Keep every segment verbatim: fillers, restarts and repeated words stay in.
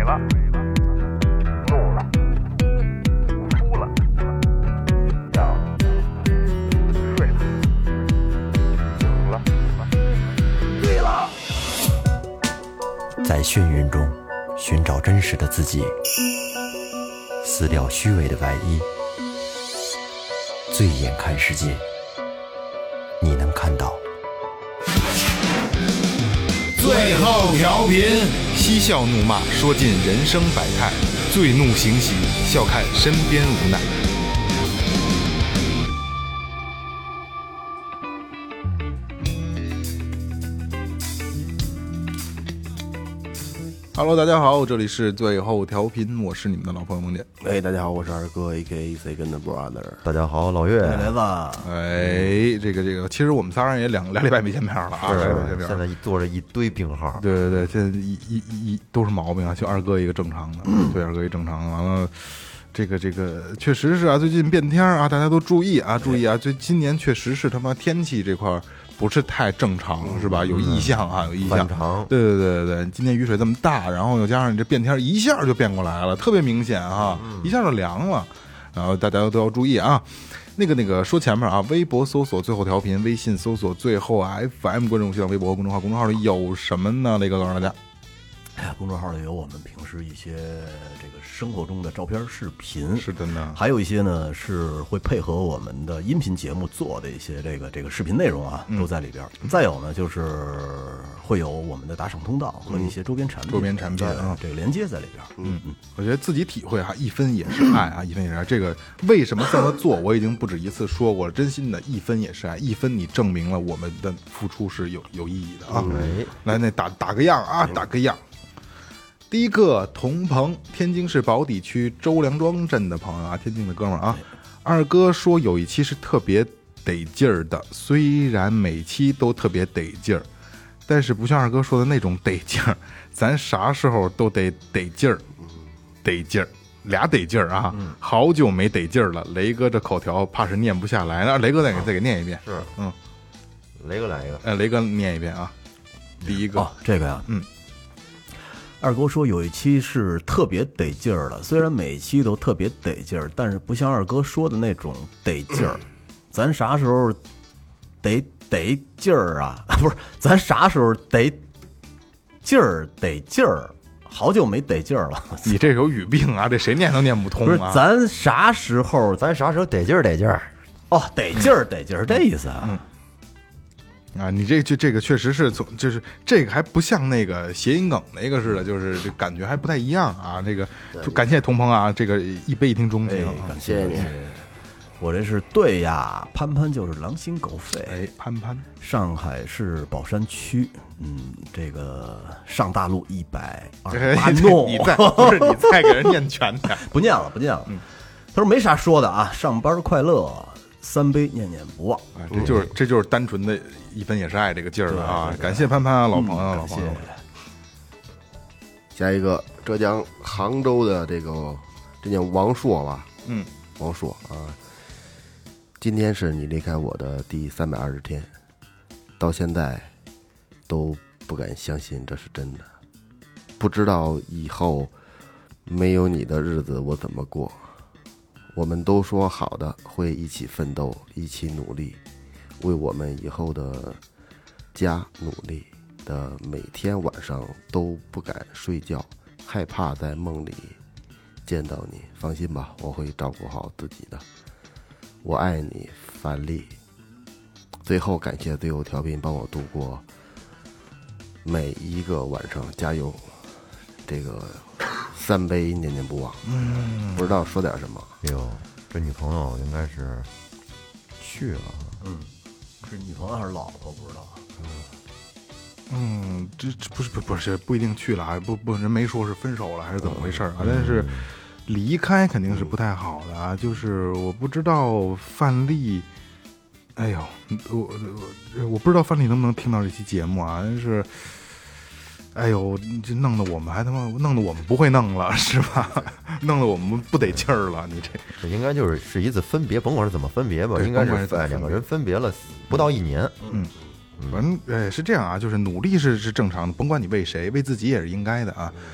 了，怒了，哭了，笑了，睡了，醒了。对了， 在眩晕中寻找真实的自己，撕掉虚伪的外衣，醉眼看世界，你能看到。 最后调频，嬉笑怒骂，说尽人生百态；醉怒行喜，笑看身边无奈。Hello， 大家好，这里是最后调频，我是你们的老朋友梦姐。 哎，大家好，我是二哥 A K A Second Brother。 大家好，老岳。 来吧。 哎，这个这个，其实我们仨人也两俩礼拜没见面了啊， 是见面现在坐着一堆病号。 对对对，现在一一一一都是毛病啊，就二哥一个正常的，对二哥一个正常的，完了。这个这个确实是啊，最近变天啊，大家都注意啊，注意啊！最今年确实是他妈天气这块不是太正常，是吧？有异象啊，有异象。对对对对对，今年雨水这么大，然后又加上你这变天，一下就变过来了，特别明显啊，一下就凉了。然后大家都要注意啊。那个那个说前面啊，微博搜索最后调频，微信搜索最后 F M 关注新浪微博公众号，公众号里有什么呢？雷哥告诉大家。 公众号里有我们平时一些这个生活中的照片、视频， 是的呢。 还有一些呢是会配合我们的音频节目做的一些这个这个视频内容啊， 嗯、 都在里边。再有呢，就是会有我们的打赏通道和一些周边产品、 周边产品啊， 这个连接在里边。 嗯嗯，我觉得自己体会哈，一分也是爱啊，一分也是爱。这个为什么这么做，我已经不止一次说过了，真心的，一分也是爱，一分你证明了我们的付出是有有意义的啊。 嗯、 来，那打打个样啊，打个样。第一个童鹏，天津市宝坻区周梁庄镇的朋友啊，天津的哥们儿啊，二哥说有一期是特别得劲儿的，虽然每期都特别得劲儿，但是不像二哥说的那种得劲儿，咱啥时候都得得劲儿，得劲儿，俩得劲儿啊！嗯、好久没得劲儿了，雷哥这口条怕是念不下来，那雷哥再给再给念一遍。 是， 嗯， 雷哥来一个， 呃，雷哥念一遍啊，第一个， 哦、这个呀， 嗯。 二哥说有一期是特别得劲儿的，虽然每期都特别得劲儿，但是不像二哥说的那种得劲儿。咱啥时候得得劲儿啊？不是，咱啥时候得劲儿得劲儿？好久没得劲儿了。 你这有语病啊！这谁念都念不通啊！ 不是，咱啥时候？ 咱啥时候得劲儿得劲儿？ 哦，得劲儿得劲儿，这意思啊。 嗯啊，你这就这个确实是从就是这个还不像那个谐音梗那个似的，就是这感觉还不太一样啊。这个就感谢同朋啊，这个一杯一听钟情、 哎，感谢你。我这是对呀，潘潘就是狼心狗肺。 哎，潘潘， 上海市宝山区，嗯，这个上大路一百二十八弄， 你再不是你再给人念全点， 不念了不念了。嗯，他说没啥说的啊，上班快乐。三杯念念不忘， 啊，这就是这就是单纯的一分也是爱这个劲儿了啊！感谢潘潘啊，老朋友，老朋友。 下一个浙江杭州的这个，这叫王硕吧？ 嗯， 王硕啊。今天是你离开我的第三百二十天，到现在都不敢相信这是真的，不知道以后没有你的日子我怎么过。我们都说好的会一起奋斗，一起努力，为我们以后的家努力的，每天晚上都不敢睡觉，害怕在梦里见到你。放心吧，我会照顾好自己的。我爱你，樊丽。最后感谢最后调频帮我度过每一个晚上，加油！这个三杯念念不忘。嗯，不知道说点什么。 哎呦，这女朋友应该是去了。 嗯，是女朋友还是老婆不知道。 嗯，嗯，这这不是不不是不一定去了啊，不不人没说是分手了还是怎么回事啊？但是离开肯定是不太好的啊。就是我不知道范丽，哎呦，我我我不知道范丽能不能听到这期节目啊？但是。哎呦，这弄得我们还他妈弄得我们不会弄了是吧？弄得我们不得劲儿了，你这这应该就是是一次分别，甭管是怎么分别吧，应该是哎两个人分别了不到一年。 嗯，反正哎是这样啊，就是努力是是正常的，甭管你为谁，为自己也是应该的啊。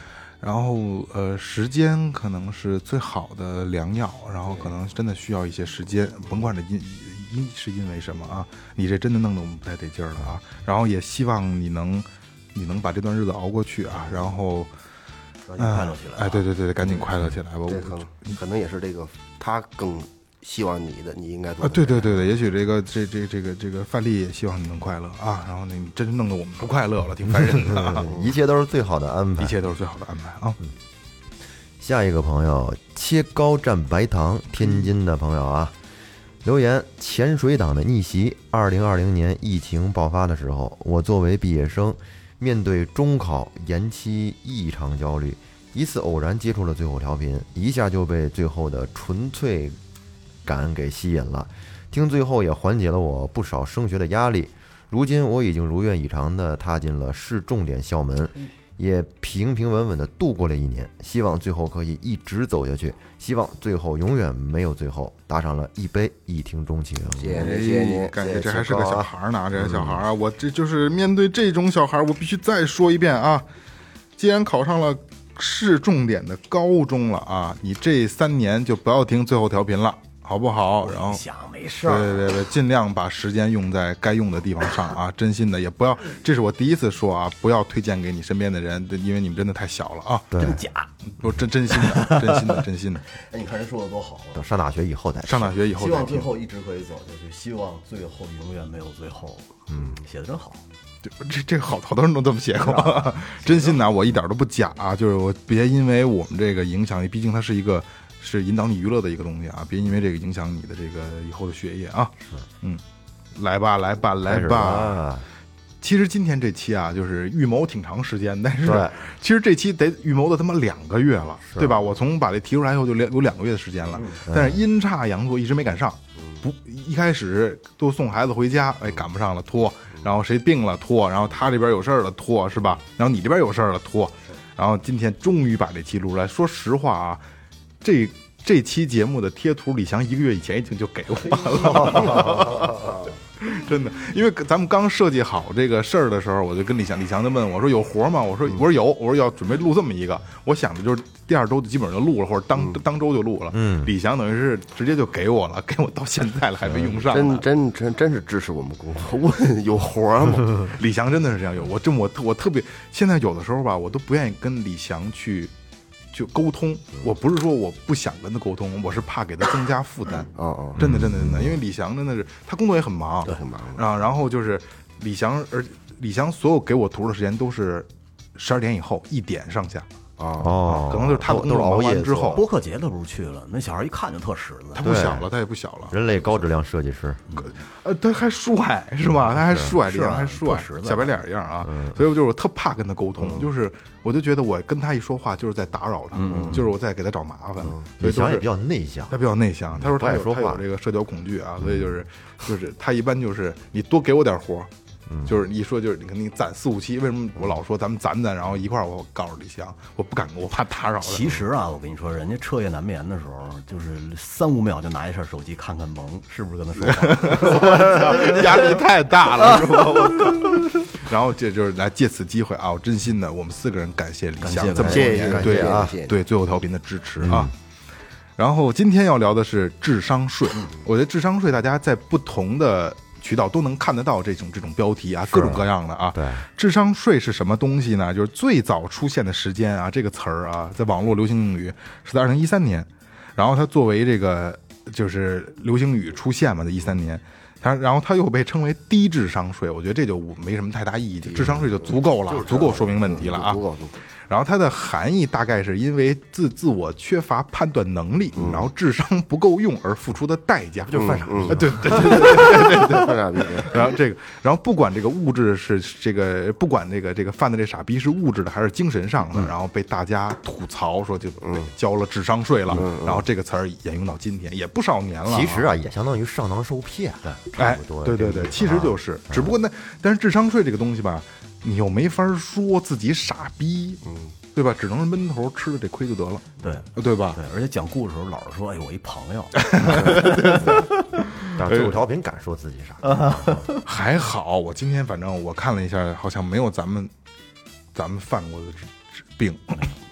然后呃，时间可能是最好的良药，然后可能真的需要一些时间，甭管这因因是因为什么啊，你这真的弄得我们不太得劲儿了啊。然后也希望你能你能把这段日子熬过去啊，然后赶紧快乐起来、啊哎，对对对，赶紧快乐起来吧。 这我可可能也是这个他更希望你的，你应该做啊，对对对对，也许这个这这这个这个范例也希望你能快乐啊，然后你真弄得我们不快乐了，挺烦人的啊。 一切都是最好的安排一。切都是最好的安排啊。 下一个朋友切糕蘸白糖，天津的朋友啊，留言：潜水党的逆袭。二零二零年疫情爆发的时候，我作为毕业生，面对中考延期异常焦虑。一次偶然接触了最后调频，一下就被最后的纯粹感给吸引了。听最后也缓解了我不少升学的压力。如今我已经如愿以偿地踏进了市重点校门，也平平稳稳地度过了一年。希望最后可以一直走下去，希望最后永远没有最后。打上了一杯一听钟情。 谢谢您，谢谢您， 感谢谢觉这还是个秋高啊小孩呢，这个小孩啊，我这就是面对这种小孩，我必须再说一遍啊！既然考上了市重点的高中了啊，你这三年就不要听最后调频了，好不好？然后想没事儿， 对对对，尽量把时间用在该用的地方上啊！真心的，也不要，这是我第一次说啊，不要推荐给你身边的人，因为你们真的太小了啊！ 真假？ 我真真心的，真心的，真心的。 哎，你看人说的多好啊！ 等上大学以后再上大学以后希望最再听。 后一直可以走下去，希望最后永远没有最后。嗯，写的真好。 这这好好多人都这么写过，真心的，我一点都不假啊！就是我别因为我们这个影响，毕竟它是一个是引导你娱乐的一个东西啊，别因为这个影响你的这个以后的学业啊。嗯，来吧，来吧，来开始吧。 吧。 其实今天这期啊，就是预谋挺长时间，但是对其实这期得预谋的他妈两个月了，对吧？我从把这提出来以后就两有两个月的时间了，但是阴差阳错一直没赶上。不，一开始都送孩子回家，哎，赶不上了拖，然后谁病了拖，然后他这边有事儿了拖，是吧？然后你这边有事儿了拖，然后今天终于把这期录出来。说实话啊，这这期节目的贴图李翔一个月以前已经就给我了。真的，因为咱们刚设计好这个事儿的时候，我就跟李翔，李翔就问我说：“有活吗？”我说：“我说有。”我说要准备录这么一个，我想着就是第二周就基本上就录了，或者当、嗯、当周就录了。嗯，李翔等于是直接就给我了，给我到现在了还没用上呢。 真真真真是支持我们工作，问有活吗？ 李翔真的是这样有，我真我我特别现在有的时候吧，我都不愿意跟李翔去。就沟通，我不是说我不想跟他沟通，我是怕给他增加负担。 哦哦， 真的真的真的，因为李翔真的是他工作也很忙， 对，很忙啊。然后就是李翔，而李翔所有给我图的时间都是十二点以后一点上下。 哦， 可能就是他的工作忙完之后， 播客节他不是去了，那小孩一看就特实在。 他不小了，他也不小了。 人类高质量设计师， 呃，他还帅是吧？他还帅，李翔还帅， 实在小白脸一样啊。所以我就是我特怕跟他沟通，就是我就觉得我跟他一说话就是在打扰他，就是我在给他找麻烦。 李翔也比较内向， 他比较内向。他说他有他有这个社交恐惧啊，所以就是就是他一般就是你多给我点活。就是一说就是你肯定攒四五期，为什么我老说咱们攒攒，然后一块儿我告诉李翔，我不敢，我怕打扰他。 其实啊，我跟你说，人家彻夜难眠的时候，就是三五秒就拿一下手机看看萌，是不是跟他说话？ 压力太大了，是吧？然后这就是来借此机会啊，我真心的，我们四个人感谢李翔这么多年对啊对最后调频的支持啊。然后今天要聊的是智商税，我觉得智商税大家在不同的渠道都能看得到这种这种标题啊，各种各样的啊。 对， 智商税是什么东西呢？就是最早出现的时间啊，这个词儿啊，在网络流行英语是在二零一三年，然后它作为这个就是流行语出现嘛，在一三年，它然后它又被称为低智商税，我觉得这就没什么太大意义，智商税就足够了，足够说明问题了啊。 足够足够。 然后它的含义大概是因为自自我缺乏判断能力，然后智商不够用而付出的代价， 就是犯傻逼。 对对对对对对， 犯傻逼。 然后这个，然后不管这个物质是这个，不管这个这个犯的这傻逼是物质的还是精神上的，然后被大家吐槽说就交了智商税了，然后这个词儿沿用到今天也不少年了。 其实啊，也相当于上当受骗， 哎，对对对，其实就是，只不过那但是智商税这个东西吧。你又没法说自己傻逼，嗯，对吧？只能是闷头吃了这亏就得了， 对， 对吧？ 对，而且讲故事的时候老是说，哎，我一朋友， 但最后调频敢说自己傻， 还好，我今天反正我看了一下，好像没有咱们咱们犯过的病，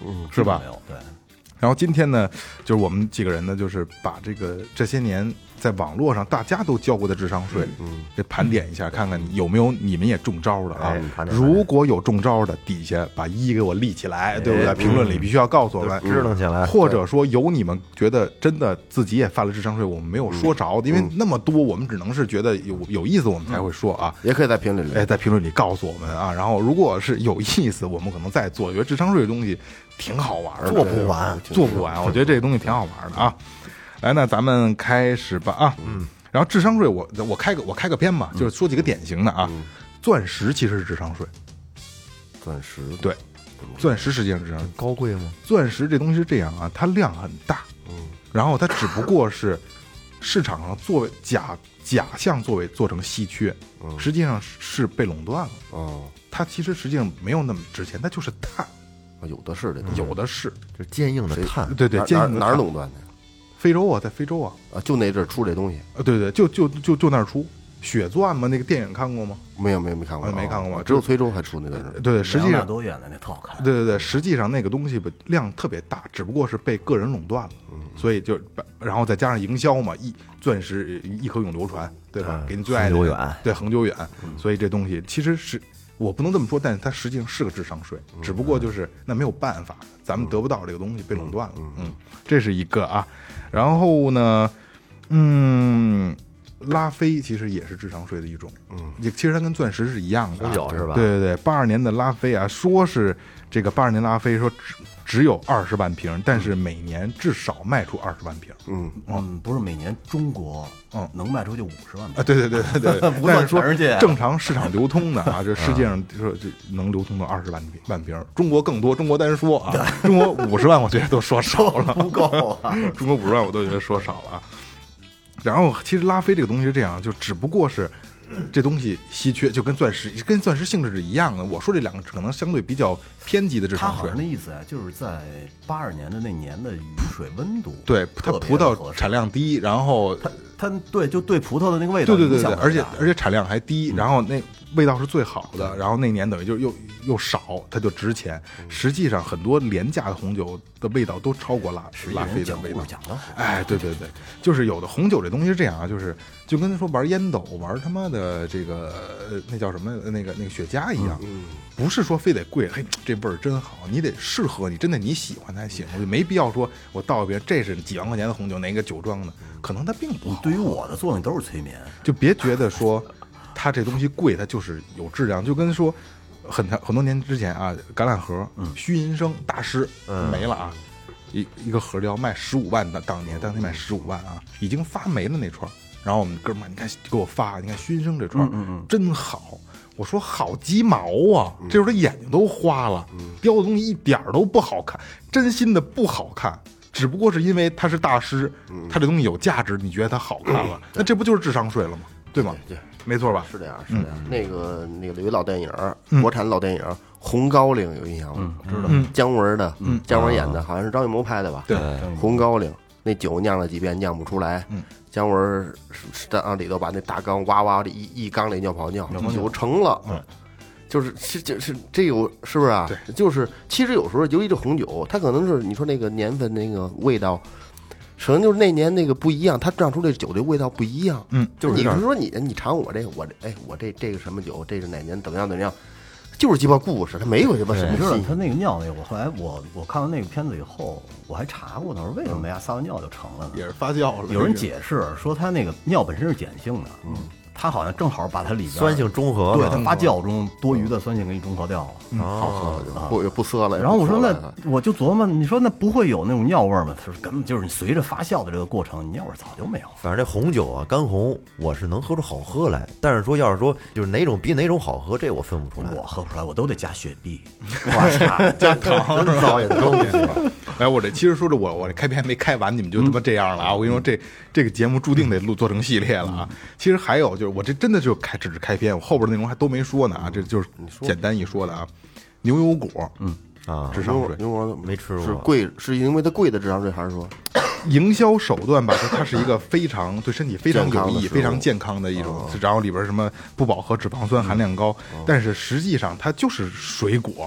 嗯， 是吧没？有对。 然后今天呢，就是我们几个人呢，就是把这个这些年在网络上大家都交过的智商税， 嗯， 这盘点一下，看看有没有你们也中招的啊哎盘点盘。点如果有中招的，底下把一给我立起来，对不对？评论里必须要告诉我们， 支棱起来， 或者说有你们觉得真的自己也犯了智商税，我们没有说着的，因为那么多，我们只能是觉得有有意思，我们才会说啊。 也可以在评论里。 哎，在评论里告诉我们啊。然后如果是有意思，我们可能再做。我觉得智商税这东西挺好玩的， 做不完， 做不完。我觉得这个东西挺好玩的啊。来，那咱们开始吧啊。嗯。然后智商税我，我开个我开个篇吧，就是说几个典型的啊。钻石其实是智商税， 钻石对，钻石实际上是智商税。 高贵吗？ 钻石这东西是这样啊，它量很大， 嗯， 然后它只不过是市场上作为假假象作为做成稀缺， 嗯实际上是被垄断了。 哦， 它其实实际上没有那么值钱，它就是碳， 啊有的是这东西， 有的是。 就是坚硬的碳， 对对， 哪哪哪儿坚硬的碳垄断的呀？ 非洲啊，在非洲啊， 啊，就那阵儿出这东西， 呃，对对，就就就就那儿出血钻嘛，那个电影看过吗？ 没有没有没看过， 我没看过啊只有崔州还出那个是。 对对，实际两百上， 多演的那特好看。 对对对，实际上那个东西吧量特别大，只不过是被个人垄断了，所以就然后再加上营销嘛，一钻石一颗永流传，对吧？ 嗯给你最爱的人恒久远， 对，恒久远。所以这东西其实是我不能这么说，但是它实际上是个智商税，只不过就是那没有办法，咱们得不到这个东西，被垄断了。嗯，这是一个啊。然后呢，嗯，拉菲其实也是智商税的一种，嗯，也其实它跟钻石是一样的啊， 红酒是吧对对对，八二年的拉菲啊，说是这个八二年拉菲说只只有二十万瓶，但是每年至少卖出二十万瓶。 嗯， 嗯，不是每年中国嗯能卖出去五十万啊， 瓶， 对对对对对， 不但是说算全世界正常市场流通的啊，这世界上说这能流通到二十万瓶万瓶，中国更多，中国单说啊，中国五十万我觉得都说少了， 不够啊。 中国五十万我都觉得说少了啊。然后其实拉菲这个东西是这样，就只不过是这东西稀缺，就跟钻石跟钻石性质是一样的。我说这两个可能相对比较偏激的智商税他好像，那意思啊，就是在八二年的那年的雨水温度， 对它特别葡萄合适产量低，然后它它对就对葡萄的那个味道对对对对， 影响而且很大而且产量还低，然后那味道是最好的，然后那年等于就又又少，它就值钱。实际上很多廉价的红酒的味道都超过拉拉菲的讲味道故事。讲的好， 哎，对对对，就是有的红酒这东西是这样啊，就是就跟说玩烟斗、玩他妈的这个呃那叫什么那个那个雪茄一样，不是说非得贵，嘿，这味儿真好，你得适合你，真的你喜欢才行，我就没必要说我倒别人这是几万块钱的红酒，哪个酒庄的，可能它并不好。 对于我的作用都是催眠。 就别觉得说它这东西贵，它就是有质量，就跟说很长很多年之前啊，橄榄核，虚银生大师没了啊，一一个盒就要卖十五万的，当年当年卖十五万啊，已经发霉了那串儿。然后我们哥们儿，你看给我发，你看虚银生这串儿真好。我说好鸡毛啊！这时候他眼睛都花了，雕的东西一点儿都不好看，真心的不好看。只不过是因为他是大师，他这东西有价值，你觉得它好看了，那这不就是智商税了吗？对吗？ 对， 没错吧？ 是这样，是这样。那个那个有一老电影儿， 嗯国产老电影儿《红高粱》有印象吗？ 知道嗯姜文的，姜文演的，好像是张艺谋拍的吧？ 对， 红高粱那酒酿了几遍酿不出来， 嗯姜文是在往里头把那大缸哇哇的一一缸里尿泡尿，酒成了。就是是就是这有是不是啊？ 对， 就是其实有时候尤其这红酒，它可能是你说那个年份那个味道，可能就是那年那个不一样，它酿出这酒的味道不一样。 嗯， 就是你是说你你尝我这个我这哎我这这个什么酒，这是哪年怎么样怎么样，就是鸡巴故事，它没有鸡巴什么戏。 你知道他那个尿那个，我后来我我看完那个片子以后，我还查过呢，我说为什么呀撒完尿就成了呢？ 也是发酵了。 有人解释说他那个尿本身是碱性的，嗯，他好像正好把它里边酸性中和了， 对它发酵中多余的酸性给你中和掉了。 好喝了就不不涩了。 然后我说那那我就琢磨，你说那不会有那种尿味吗？他说根本就是你随着发酵的这个过程，你尿味早就没有了。 反正这红酒啊，干红我是能喝出好喝来，但是说要是说就是哪种比哪种好喝，这我分不出来。 我喝不出来，我都得加雪碧。 哇塞，加糖真糟践东西。 哎，我这其实说着我我这开篇还没开完，你们就他妈这样了啊！我跟你说，这这个节目注定得录做成系列了啊！其实还有就是我这真的就开只是开篇，我后边内容还都没说呢啊！这就是简单一说的啊。牛油果，嗯啊， 智商税牛油果没吃过， 是贵，是因为它贵的智商税，还是说营销手段吧？它它是一个非常对身体非常有益、 健康的食物非常健康的一种，然后里边什么不饱和脂肪酸含量高，但是实际上它就是水果。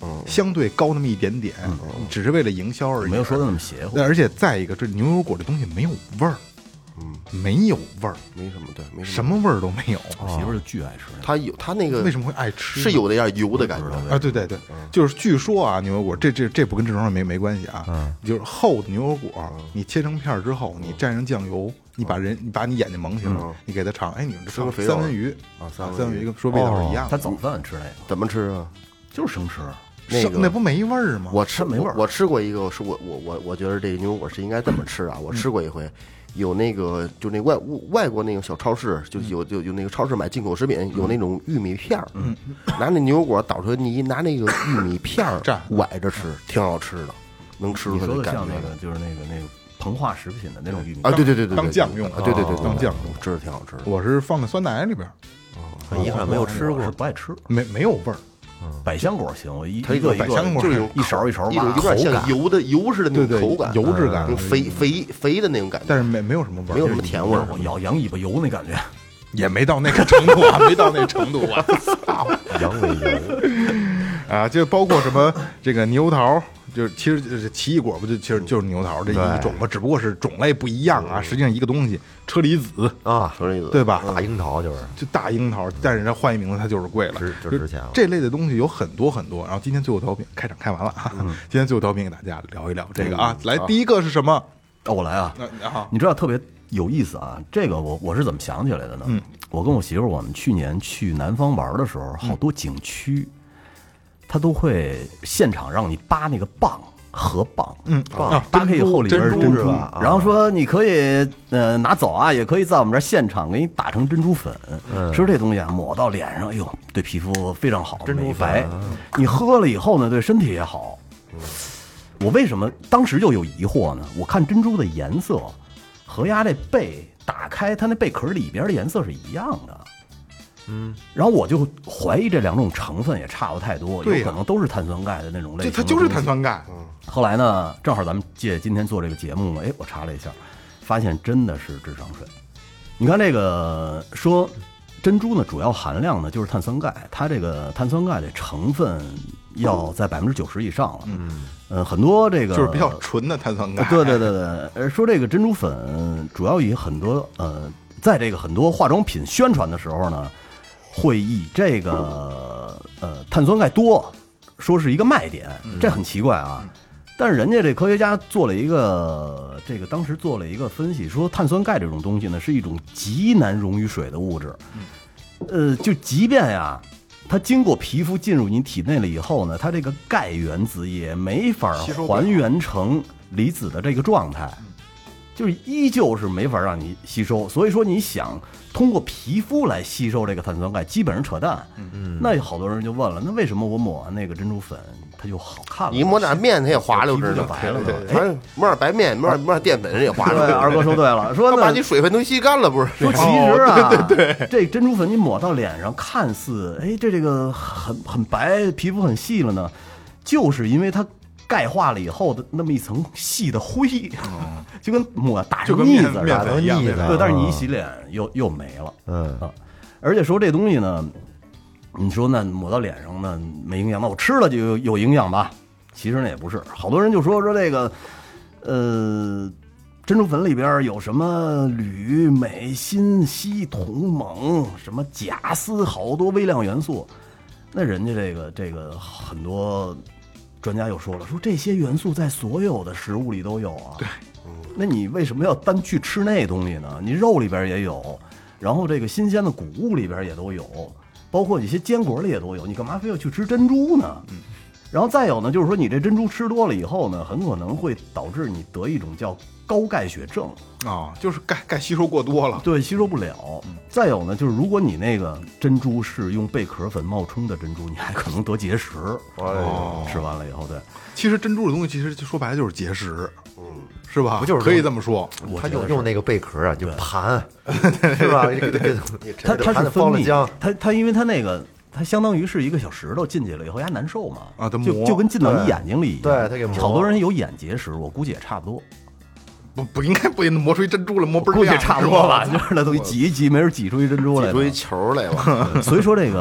相对高那么一点点，只是为了营销而已， 没有说的那么邪乎。 那而且再一个，这牛油果这东西没有味儿，嗯，没有味儿， 没什么对，没什么味儿都没有。 我媳妇儿就巨爱吃那个， 它有它那个为什么会爱吃？ 是有点油的感觉啊，对对对，就是据说啊，牛油果这这这不跟正常人没没关系啊，就是厚的牛油果，你切成片之后，你蘸上酱油，你把人你把你眼睛蒙起来，你给它尝，哎，你们这三文鱼啊，三文鱼说味道是一样的。 他早饭吃那个怎么吃啊？ 就是生吃。 那个那不没味儿吗？ 我吃没味儿。 我吃过一个，是我我我我觉得这个牛油果是应该这么吃啊。我吃过一回，有那个就那外外国那个小超市，就有有有那个超市买进口食品，有那种玉米片儿，嗯，拿那牛油果捣出来泥，拿那个玉米片儿崴着吃，挺好吃的，能吃出来的感觉。 像那个就是那个那个膨化食品的那种玉米啊，对对对对， 当酱用啊，对对对， 当酱用， 吃的挺好吃的。 我是放在酸奶里边， 一看没有吃过， 是不爱吃， 没没有味儿。 百香果行，我一它一个百香果就是一勺一勺， 一种有点像油的油似的那种口感， 油质感， 肥肥肥的那种感觉， 但是没没有什么味儿， 没有什么甜味儿， 咬羊尾巴油那感觉， 也没到那个程度啊，没到那程度啊， 羊尾油啊，就包括什么这个猕猴桃。就是其实奇异果不就其实就是猕猴桃这一种嘛，只不过是种类不一样啊，实际上一个东西。车厘子啊， 车厘子对吧？ 大樱桃就是就大樱桃，但是人家换一名字它就是贵了， 就值钱了。 这类的东西有很多很多。然后今天最后调频开场开完了啊，今天最后调频给大家聊一聊这个啊。来，第一个是什么？ 哦，我来啊。你知道特别有意思啊，这个我我是怎么想起来的呢？嗯，我跟我媳妇我们去年去南方玩的时候，好多景区。他都会现场让你扒那个蚌，河蚌，嗯， 啊， 扒开以后里边是珍珠， 啊、 然后说你可以呃拿走啊，也可以在我们这儿现场给你打成珍珠粉，嗯，说这东西啊抹到脸上，哎呦，对皮肤非常好， 珍珠白，你喝了以后呢，对身体也好。我为什么当时就有疑惑呢？我看珍珠的颜色和鸭这贝打开，它那贝壳里边的颜色是一样的。嗯，然后我就怀疑这两种成分也差不太多，有可能都是碳酸钙的那种类型。 它就是碳酸钙。 嗯。后来呢，正好咱们借今天做这个节目，哎，我查了一下，发现真的是智商税。你看这个说珍珠呢，主要含量呢就是碳酸钙，它这个碳酸钙的成分要在百分之九十以上了。嗯。呃，很多这个就是比较纯的碳酸钙。 对对对对，说这个珍珠粉主要以很多呃，在这个很多化妆品宣传的时候呢。会以这个呃碳酸钙多说是一个卖点，这很奇怪啊。但是人家这科学家做了一个这个当时做了一个分析，说碳酸钙这种东西呢是一种极难溶于水的物质。呃，就即便呀，它经过皮肤进入你体内了以后呢，它这个钙原子也没法还原成离子的这个状态。就是依旧是没法让你吸收，所以说你想通过皮肤来吸收这个碳酸钙，基本上扯淡。嗯，那好多人就问了，那为什么我抹完那个珍珠粉它就好看了？ 你抹点面它也滑溜着就白了嘛？ 哎，抹点白面，抹点抹点淀粉也滑溜。 对，二哥说对了，说把你水分都吸干了，不是？ 说其实啊， 对对对， 这珍珠粉你抹到脸上，看似哎这这个很很白，皮肤很细了呢，就是因为它。钙化了以后的那么一层细的灰，嗯、就跟抹打上腻子似的， 腻子。 对，但是你一洗脸又又没了。 嗯啊，而且说这东西呢，你说那抹到脸上呢没营养，那我吃了就有有营养吧？其实那也不是，好多人就说说这个，呃，珍珠粉里边有什么铝、镁、锌、硒、铜、锰，什么钾、锶，好多微量元素。那人家这个这个很多。专家又说了，说这些元素在所有的食物里都有啊。 对， 那你为什么要单去吃那东西呢？你肉里边也有，然后这个新鲜的谷物里边也都有，包括一些坚果里也都有，你干嘛非要去吃珍珠呢？嗯。然后再有呢，就是说你这珍珠吃多了以后呢，很可能会导致你得一种叫高钙血症啊、哦，就是钙钙吸收过多了， 对，吸收不了。嗯、再有呢，就是如果你那个珍珠是用贝壳粉冒充的珍珠，你还可能得结石。哦，吃完了以后，对， 其实珍珠的东西其实说白了就是结石，嗯，是吧？不就是可以这么说？ 他就用那个贝壳啊，就盘，是吧？ 它它是分泌，它它因为它那个。它相当于是一个小石头进去了以后，它难受嘛， 啊， 就就跟进到你眼睛里一样。 对，它给好多人有眼结石，我估计也差不多。 不不应该不磨出一珍珠来，磨不估计差不多吧，就是那东西挤一挤，没人挤出一珍珠来， 挤出一球来了。 所以说这个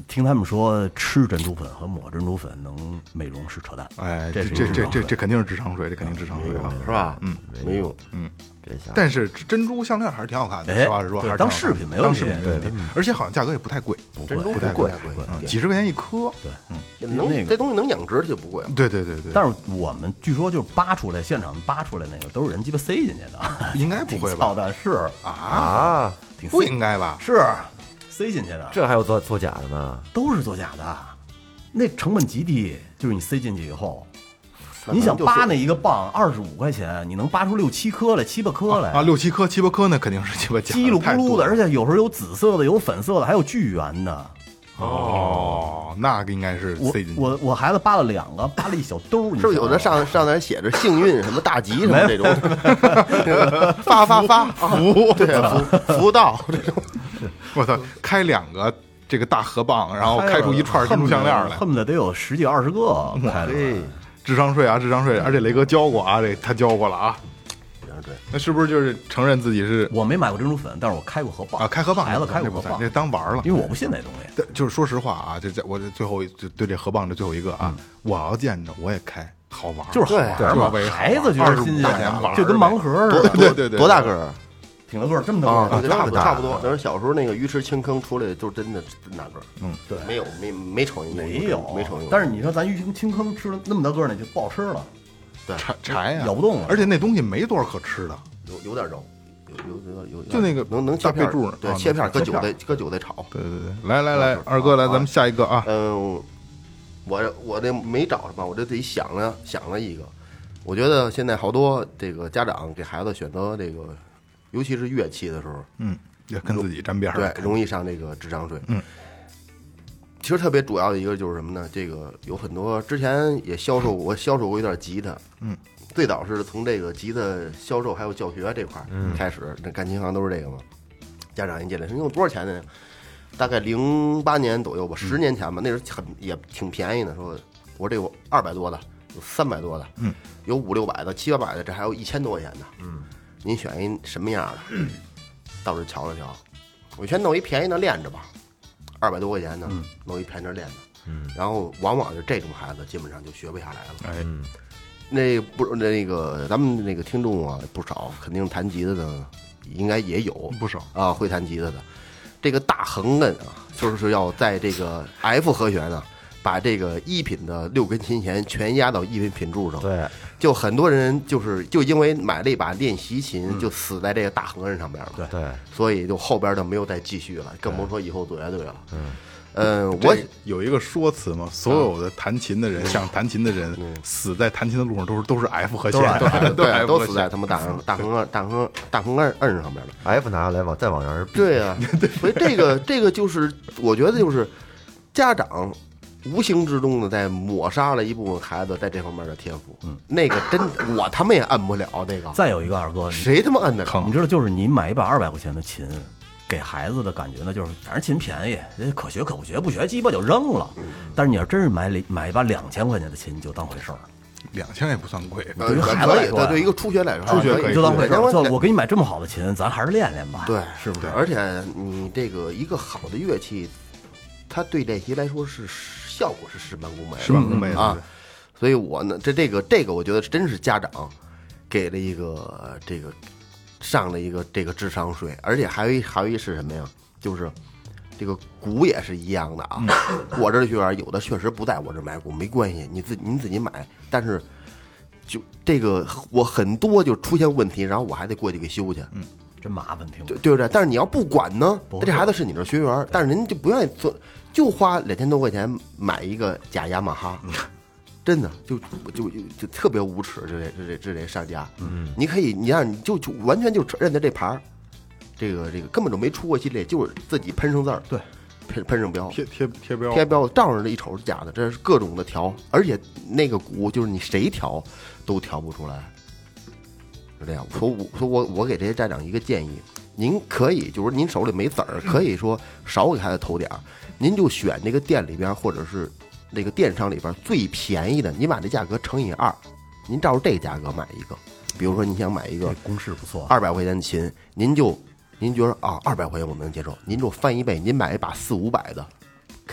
听他们说吃珍珠粉和抹珍珠粉能美容是扯淡， 哎， 这这这这是一个智商税这这肯定是智商税，这肯定智商税啊。 是吧？ 嗯， 没用。 别瞎。 但是珍珠项链还是挺好看的， 哎实话实说， 对还是挺好看的当饰品没问题当饰品没问题，而且好像价格也不太贵， 珍珠不太贵贵， 贵， 嗯几十块钱一颗。 能那个这东西能养殖就不贵了。 对对对对， 但是我们据说就是扒出来，现场扒出来那个都是人鸡巴塞进去的， 应该不会吧？ 挺操蛋是啊， 啊， 挺不应该吧？ 是塞进去的， 这还有做做假的呢？ 都是作假的，那成本极低，就是你塞进去以后。你想那可能就是扒那一个棒二十五块钱，你能扒出六七颗来、七八颗来啊，六七颗、七八颗那肯定是鸡巴假的， 叽噜咕噜的， 太多了而且有时候有紫色的，有粉色的，还有巨圆的。 哦，那个应该是我塞进去。 我我孩子扒了两个，扒了一小兜儿，你是不是有的知道吗上上那写着幸运什么大吉什么这种，发发发福对福福到这种， 我操，开两个这个大河蚌，然后开出一串珍珠项链来， 恨不得得有十几二十个开出来。 智商税啊，智商税！而且雷哥教过啊，这他教过了啊。 对， 那是不是就是承认自己是我没买过珍珠粉，但是我开过河蚌啊？开河蚌孩子开过河蚌， 这不算这当玩儿了。 因为我不信那东西。 但就是说实话啊，这这我这最后一就对这河蚌这最后一个啊，我要见着我也开，好玩儿， 就是好玩对嘛， 为孩子觉得新鲜啊， 就跟盲盒似的， 对对对， 多大个儿？ 挺大个儿，这么大啊， 个儿， 差不多差不多。但是小时候那个鱼池青坑出来，就真的真大个儿。 嗯， 对， 没有没没瞅见过没有没瞅见过。 但是你说咱鱼青青坑吃了那么大个儿，那就不好吃了， 柴柴呀， 咬不动了。 而且那东西没多少可吃的， 有有点肉，有有有有就那个能能切片大配柱对， 啊切片搁切片韭菜搁韭菜炒。 对对对，来来来，二哥来，咱们下一个啊， 嗯，我我这没找什么，我这自己想了想了一个。我觉得现在好多这个家长给孩子选择这个，尤其是乐器的时候， 嗯，也跟自己沾边儿， 对，容易上这个智商税。 嗯， 其实特别主要的一个就是什么呢？这个有很多之前也销售过，我销售过一段吉他。 嗯， 最早是从这个吉他销售还有教学这块儿开始，那干琴行都是这个嘛。家长一进来说用多少钱呢？大概零八年左右吧，十年前吧，那时候很也挺便宜的。说我这有二百多的，有三百多的， 嗯， 有五六百的，七八百的，这还有一千多块钱的。嗯，您选一什么样的？到这瞧了瞧，我先弄一便宜的练着吧，二百多块钱的，弄一便宜的练着。嗯，然后往往就这种孩子基本上就学不下来了。 哎， 那不那个咱们那个听众啊不少，肯定弹吉他的应该也有不少啊，会弹吉他的。这个大横摁啊，就是要在这个 F 和弦呢，把这个一品的六根琴弦全压到一品品柱上。 对， 就很多人就是就因为买了一把练习琴，就死在这个大横摁上边了。对， 对， 所以就后边就没有再继续了，更甭说以后做乐队了。嗯。嗯，我这有一个说辞嘛，所有的弹琴的人，想弹琴的人，死在弹琴的路上都是都是 F 和弦， 对对， 对，都死在他妈大横大横二大横大横摁摁上面了。 F 拿下来往再往上是 B， 对呀，所以这个这个就是我觉得就是家长无形之中的在抹杀了一部分孩子在这方面的天赋。嗯，那个真我他妈也摁不了那个。 再有一个二哥， 谁他妈摁得了？ 你知道，就是你买一把二百块钱的琴。给孩子的感觉呢，就是反正琴便宜，可学可不学，不学鸡巴就扔了。但是你要真是买买一把两千块钱的琴，就当回事儿。 两千也不算贵， 对于孩子来说， 对于一个初学来说， 初学可以就当回事儿。就我给你买这么好的琴，咱还是练练吧， 对， 是不是？ 而且你这个一个好的乐器，它对练习来说是效果是事半功倍， 事半功倍啊。所以我呢，这这个这个，我觉得真是家长给了一个这个上了一个这个智商税，而且还有一还有一是什么呀？就是这个鼓也是一样的啊。我这学员有的确实不在我这买鼓，没关系，你自己您自己买。但是就这个我很多就出现问题，然后我还得过去给修去。 嗯，真麻烦，挺对对不对？但是你要不管呢，这孩子是你这学员，但是人家就不愿意做，就花两千多块钱买一个假雅马哈。真的就就就就特别无耻，这这这这这商家，嗯，你可以你让你就就完全就认得这牌儿，这个这个根本就没出过系列，就是自己喷上字儿， 对， 喷喷上标， 贴贴贴标， 贴标照上这一瞅是假的，这是各种的调，而且那个鼓就是你谁调都调不出来，是这样。说我说我我给这些家长一个建议，您可以就是您手里没子儿，可以说少给孩子投点儿，您就选那个店里边或者是。那个电商里边最便宜的，你把这价格乘以二，您照着这个价格买一个。比如说你想买一个公式不错， 二百块钱的琴，您就您觉得啊二百块钱我能接受，您就翻一倍，您买一把四五百的，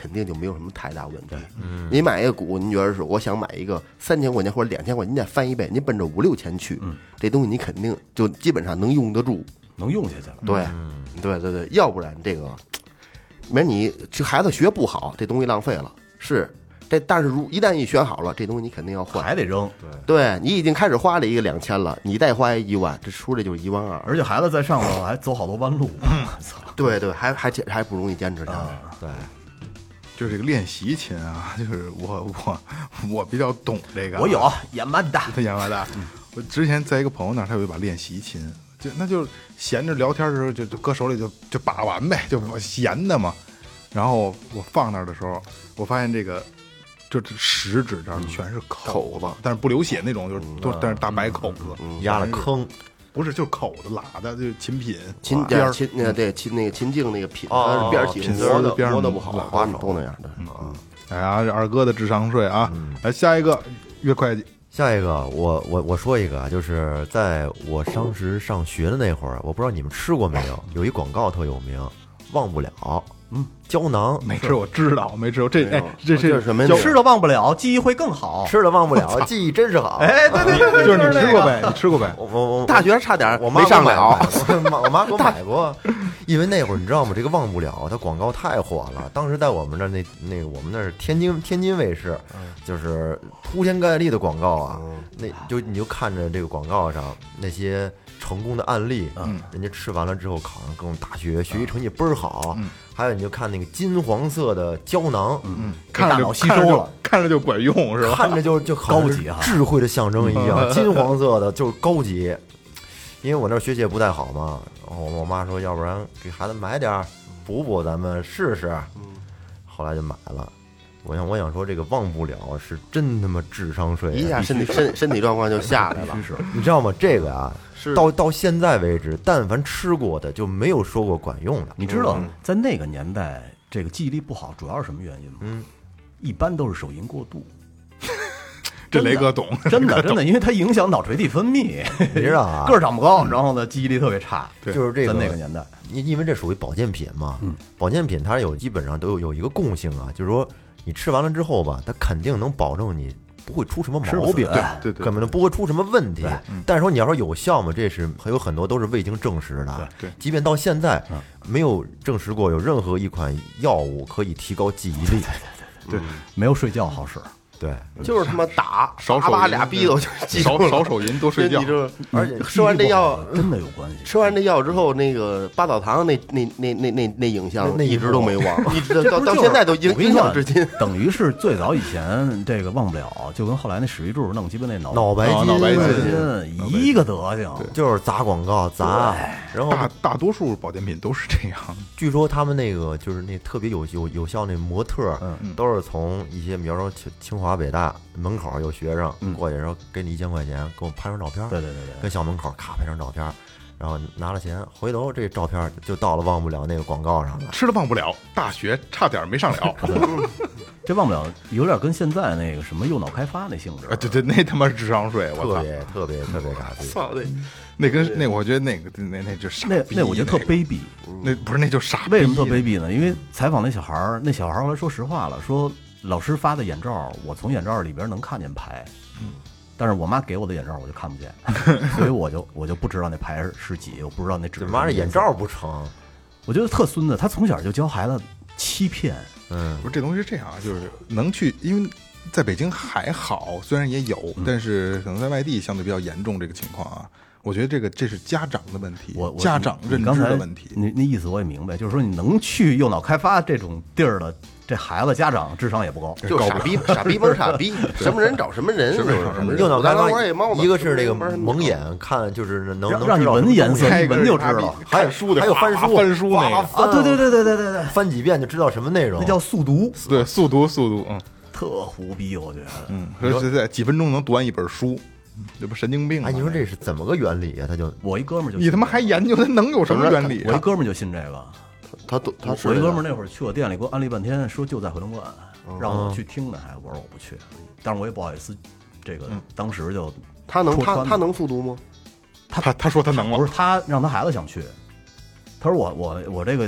肯定就没有什么太大问题。嗯，你买一个股，您觉得是我想买一个三千块钱或者两千块钱，您再翻一倍，您奔着五六千去，嗯，这东西你肯定就基本上能用得住， 能用下去了。 对，对对对，要不然这个，没你这孩子学不好，这东西浪费了。是，这但是如一旦你选好了，这东西你肯定要换， 还得扔。 对你已经开始花了一个两千了，你再花一万，这出来就是一万二， 而且孩子在上头还走好多弯路。 对对，还还还不容易坚持下来。 对， 就是这个练习琴啊，就是我我我比较懂这个， 我有野蛮的， 他演完的。我之前在一个朋友那儿，他有一把练习琴，就那就闲着聊天的时候就就搁手里就就把玩呗，就闲的嘛。然后我放那儿的时候，我发现这个就这食指这儿全是口子，但是不流血那种，就是都但是大白口子， 压了坑。 不是，就是口子拉的，就是琴品、 琴边琴那对琴那个琴颈那个品哦边起品磨的边磨的不好， 花手都那样的。 嗯，哎呀，这二哥的智商税啊！来下一个，岳会计。 下一个，我我我说一个，就是在我当时上学的那会儿，我不知道你们吃过没有，有一广告特有名，忘不了。嗯，胶囊没吃，我知道没吃过。这哎，这这是什么？ 吃了忘不了，记忆会更好。 吃了忘不了，记忆真是好。 哎，对对对， 就是你吃过呗，你吃过呗。 我我我大学差点我妈没上了， 我妈我妈给我买过，因为那会儿你知道吗？这个忘不了，它广告太火了。当时在我们这那那个我们那是天津天津卫视，就是铺天盖地的广告啊。那就你就看着这个广告上那些成功的案例，嗯，人家吃完了之后考上各种大学，学习成绩倍儿好。还有你就看那个金黄色的胶囊， 嗯，看着大脑吸收了， 看着就管用是吧？ 看着就就高级啊， 智慧的象征一样，金黄色的就是高级。因为我那学习也不太好嘛，然后我妈说，要不然给孩子买点补补，咱们试试。后来就买了。我想，我想说，这个忘不了是真他妈智商税， 一下身体身身体状况就下来了。 你知道吗？这个啊，到到现在为止，但凡吃过的就没有说过管用的。 你知道，在那个年代，这个记忆力不好，主要是什么原因吗？嗯，一般都是手淫过度。 这雷哥懂， 真的真的，因为它影响脑垂体分泌， 你知道啊， 个儿长不高，然后呢，记忆力特别差。 就是这个， 在那个年代， 因因为这属于保健品嘛，保健品它有基本上都有有一个共性啊，就是说你吃完了之后吧，它肯定能保证你不会出什么毛病， 对对， 根本不会出什么问题。但是说你要说有效嘛，这是还有很多都是未经证实的。 对， 即便到现在没有证实过有任何一款药物可以提高记忆力。 对， 没有睡觉好使。 对， 就是他妈打少手把俩逼斗就少少手淫多睡觉， 而且吃完这药真的有关系。 吃完这药之后，那个八澡堂那那那那那那影像一直都没忘，一直到到现在都影影响至今。 等于是最早以前这个忘不了，就跟后来那史玉柱弄鸡巴那脑脑白金脑白金一个德行， 就是砸广告砸。然后大大多数保健品都是这样。 据说他们那个就是那特别有有有效那模特，都是从一些比如说清清华北大门口有学生过去，然后给你一千块钱，给我拍张照片， 对对对对， 跟校门口咔拍张照片，然后拿了钱，回头这照片就到了忘不了那个广告上了。 吃了忘不了，大学差点没上了。 这忘不了有点跟现在那个什么右脑开发那性质。 啊，对对，那他妈是智商税，我操， 特别特别特别傻逼。 操那那跟那我觉得那个那那就傻逼， 那那我觉得特卑鄙。 那不是那就傻逼。 为什么特卑鄙呢？因为采访那小孩儿，那小孩儿后来说实话了，说老师发的眼罩，我从眼罩里边能看见牌，嗯，但是我妈给我的眼罩我就看不见，所以我就我就不知道那牌是几，我不知道那纸。 妈这眼罩不成？ 我觉得特孙子，他从小就教孩子欺骗。 嗯， 不是这东西是这样啊，就是能去，因为在北京还好，虽然也有，但是可能在外地相对比较严重这个情况啊。我觉得这个这是家长的问题， 我家长认知的问题。 你那意思我也明白，就是说你能去右脑开发这种地儿的，这孩子家长智商也不高， 就傻逼傻逼蒙傻逼，什么人找什么人， 右脑开发一个是这个蒙眼看，就是能能让你闻颜色，一闻就知道。 还有书的，还有翻书翻书那个啊，对对对对对对对， 翻几遍就知道什么内容， 那叫速读， 对速读速读，嗯， 特胡逼，我觉得， 嗯，说在几分钟能读完一本书。这不神经病吗？ 哎，你说这是怎么个原理啊？他就我一哥们儿就你他妈还研究他能有什么原理？ 我一哥们儿就信这个， 他他他我一哥们儿那会儿去我店里给我安利半天，说就在回龙观，让我去听呢，还我说我不去，但是我也不好意思，这个当时就他能他他能速读吗？ 他他他说他能了， 不是他让他孩子想去，他说我我我这个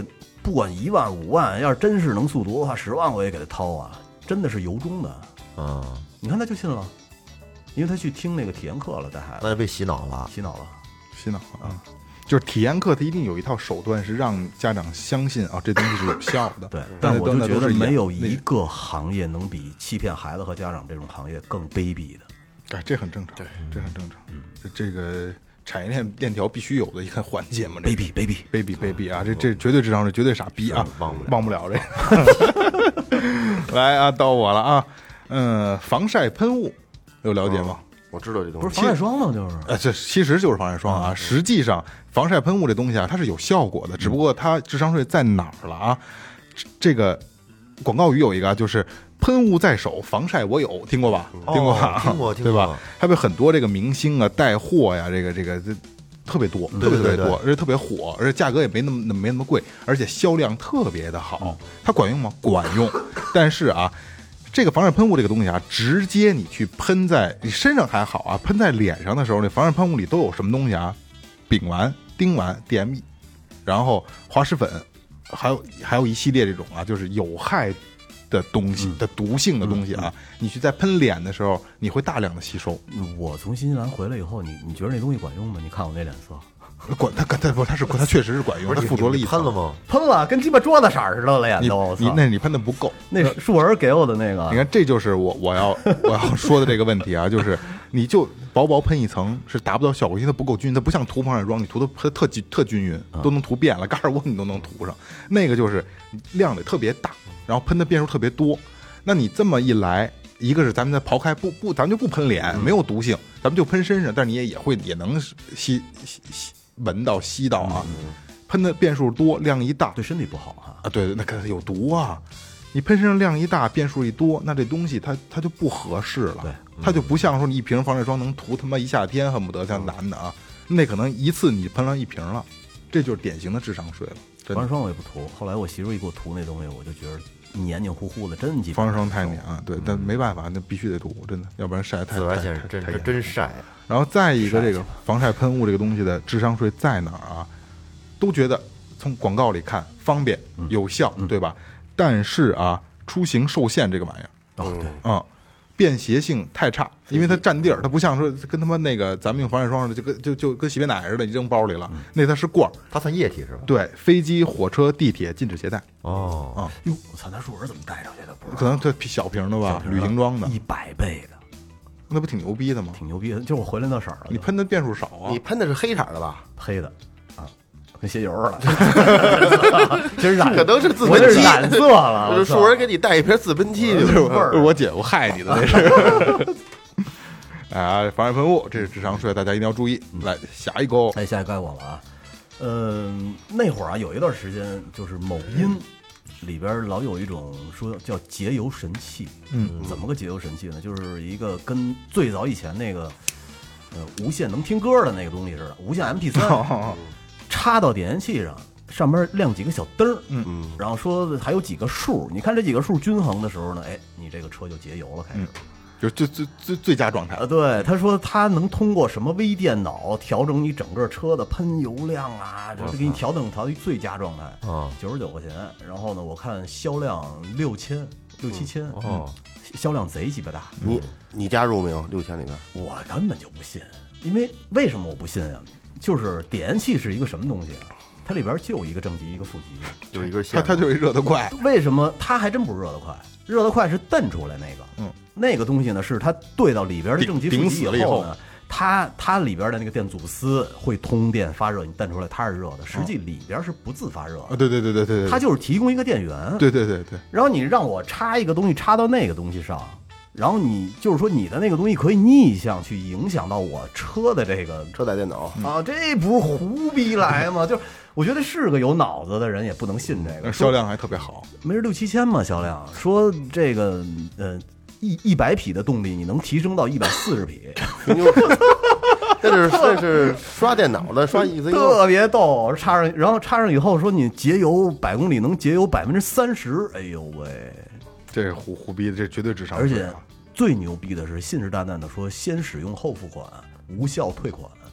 不管一万五万，要是真是能速读的话，十万我也给他掏啊，真的是由衷的。 啊， 你看他就信了，因为他去听那个体验课了，带孩子那就被洗脑了。 洗脑了。 洗脑了啊！就是体验课，它一定有一套手段是让家长相信啊，这东西是有效的。 对， 但但我就觉得没有一一个行业能比欺骗孩子和家长这种行业更卑鄙的。 哎，这很正常，对，这很正常。这这个产业链链条必须有的一个环节嘛， 卑鄙卑鄙卑鄙卑鄙啊！这这绝对智商是绝对傻逼啊， 忘不了忘不了这个。来啊，到我了啊，嗯，防晒喷雾有了解吗？ 我知道这东西， 不是防晒霜吗？就是， 呃，这其实就是防晒霜啊。实际上，防晒喷雾这东西啊，它是有效果的，只不过它智商税在哪儿了啊？这个广告语有一个啊，就是喷雾在手，防晒我有，听过吧？听过吧？ 听过，听过， 对吧？还有很多这个明星啊带货呀，这个这个这特别多，特别特别多，而且特别火，而且价格也没那么没那么贵，而且销量特别的好。它管用吗？管用，但是啊。这个防晒喷雾这个东西啊，直接你去喷在你身上还好啊，喷在脸上的时候，那防晒喷雾里都有什么东西啊？丙烷、丁烷、D M E， 然后滑石粉，还有还有一系列这种啊，就是有害的东西、的毒性的东西啊，你去在喷脸的时候，你会大量的吸收。 我从新西兰回来以后，你你觉得那东西管用吗？你看我那脸色。 管它它不它是它确实是管用，它附着了一喷了吗？ 喷了，跟鸡巴桌子色似的了，眼你都。 你那你喷的不够， 那树儿给我的那个。 你看，这就是我我要我要说的这个问题啊，就是你就薄薄喷一层是达不到效果，因为它不够均匀，它不像涂防晒霜，你涂的特特特均匀，都能涂遍了，嘎尔窝你都能涂上。那个就是量得特别大，然后喷的变数特别多。那你这么一来，一个是咱们再刨开不不，咱们就不喷脸，没有毒性，咱们就喷身上，但是你也也会也能吸吸吸。闻到吸到啊，喷的变数多，量一大， 对身体不好哈啊，对，那可有毒啊！你喷身上量一大，变数一多，那这东西它它就不合适了， 对， 它就不像说你一瓶防晒霜能涂他妈一夏天，恨不得像男的啊，那可能一次你喷了一瓶了，这就是典型的智商税了。 防晒霜我也不涂，后来我媳妇一给我涂那东西，我就觉得黏黏糊糊的，真鸡巴。 防晒霜太黏啊，对，但没办法，那必须得涂，真的，要不然晒太。 紫外线真是真晒。 然后再一个，这个防晒喷雾这个东西的智商税在哪儿啊？都觉得从广告里看方便有效，对吧？但是啊，出行受限这个玩意儿， 哦对， 嗯，便携性太差，因为它占地儿，它不像说跟他妈那个咱们用防晒霜似的，就跟就就跟洗面奶似的，你扔包里了，那它是罐儿， 它算液体是吧？ 对，飞机、火车、地铁禁止携带。 哦， 啊， 哟，我操，那树儿怎么带上去的？不是， 可能它小瓶的吧，旅行装的， 一百倍的， 那不挺牛逼的吗？ 挺牛逼的。就是我回来那色儿了， 你喷的变数少啊， 你喷的是黑色的吧？ 黑的啊，跟鞋油似的。其实染可能是自我喷漆， 这是染色了。 就是树人给你带一瓶自喷漆，就是味儿。我姐夫害你的那是。啊，防晒喷雾，这是智商税，大家一定要注意。来，下一个， 哎，下一该我了啊。嗯，那会儿啊，有一段时间就是某音里边老有一种说叫节油神器。 嗯， 怎么个节油神器呢？就是一个跟最早以前那个呃无线能听歌的那个东西似的，无线 M P 三，插到点烟器上，上面亮几个小灯儿， 嗯嗯， 然后说还有几个数，你看这几个数均衡的时候呢，哎，你这个车就节油了，开始。 嗯就是最最最最佳状态啊，对，他说他能通过什么微电脑调整你整个车的喷油量啊，就是给你调整调到最佳状态啊， 九十九块钱。然后呢，我看销量六千六七千， 哦， 销量贼鸡巴大。 你你加入没有？六千里边， 我根本就不信，因为为什么我不信呀？就是点烟器是一个什么东西啊？它里边就一个正极，一个负极， 有一根线， 它它就是热得快。 为什么它还真不是热得快？热得快是蹬出来那个， 嗯， 那个东西呢是它对到里边的正极负极以后呢，它它里边的那个电阻丝会通电发热，你蹬出来它是热的，实际里边是不自发热的。 啊，对对对对对对， 它就是提供一个电源。 对对对对。 然后你让我插一个东西插到那个东西上，然后你就是说你的那个东西可以逆向去影响到我车的这个车载电脑啊，这不是胡逼来吗？就是我觉得是个有脑子的人也不能信这个。 销量还特别好， 没是六七千嘛销量，说这个呃一一百匹的动力你能提升到一百四十匹， 这是这是刷电脑的，刷 E C U， 特别逗。插上然后插上以后说你节油百公里能节油百分之三十，哎呦喂， 这是胡胡逼的，这绝对智商税啊。 而且最牛逼的是信誓旦旦的说先使用后付款，无效退款。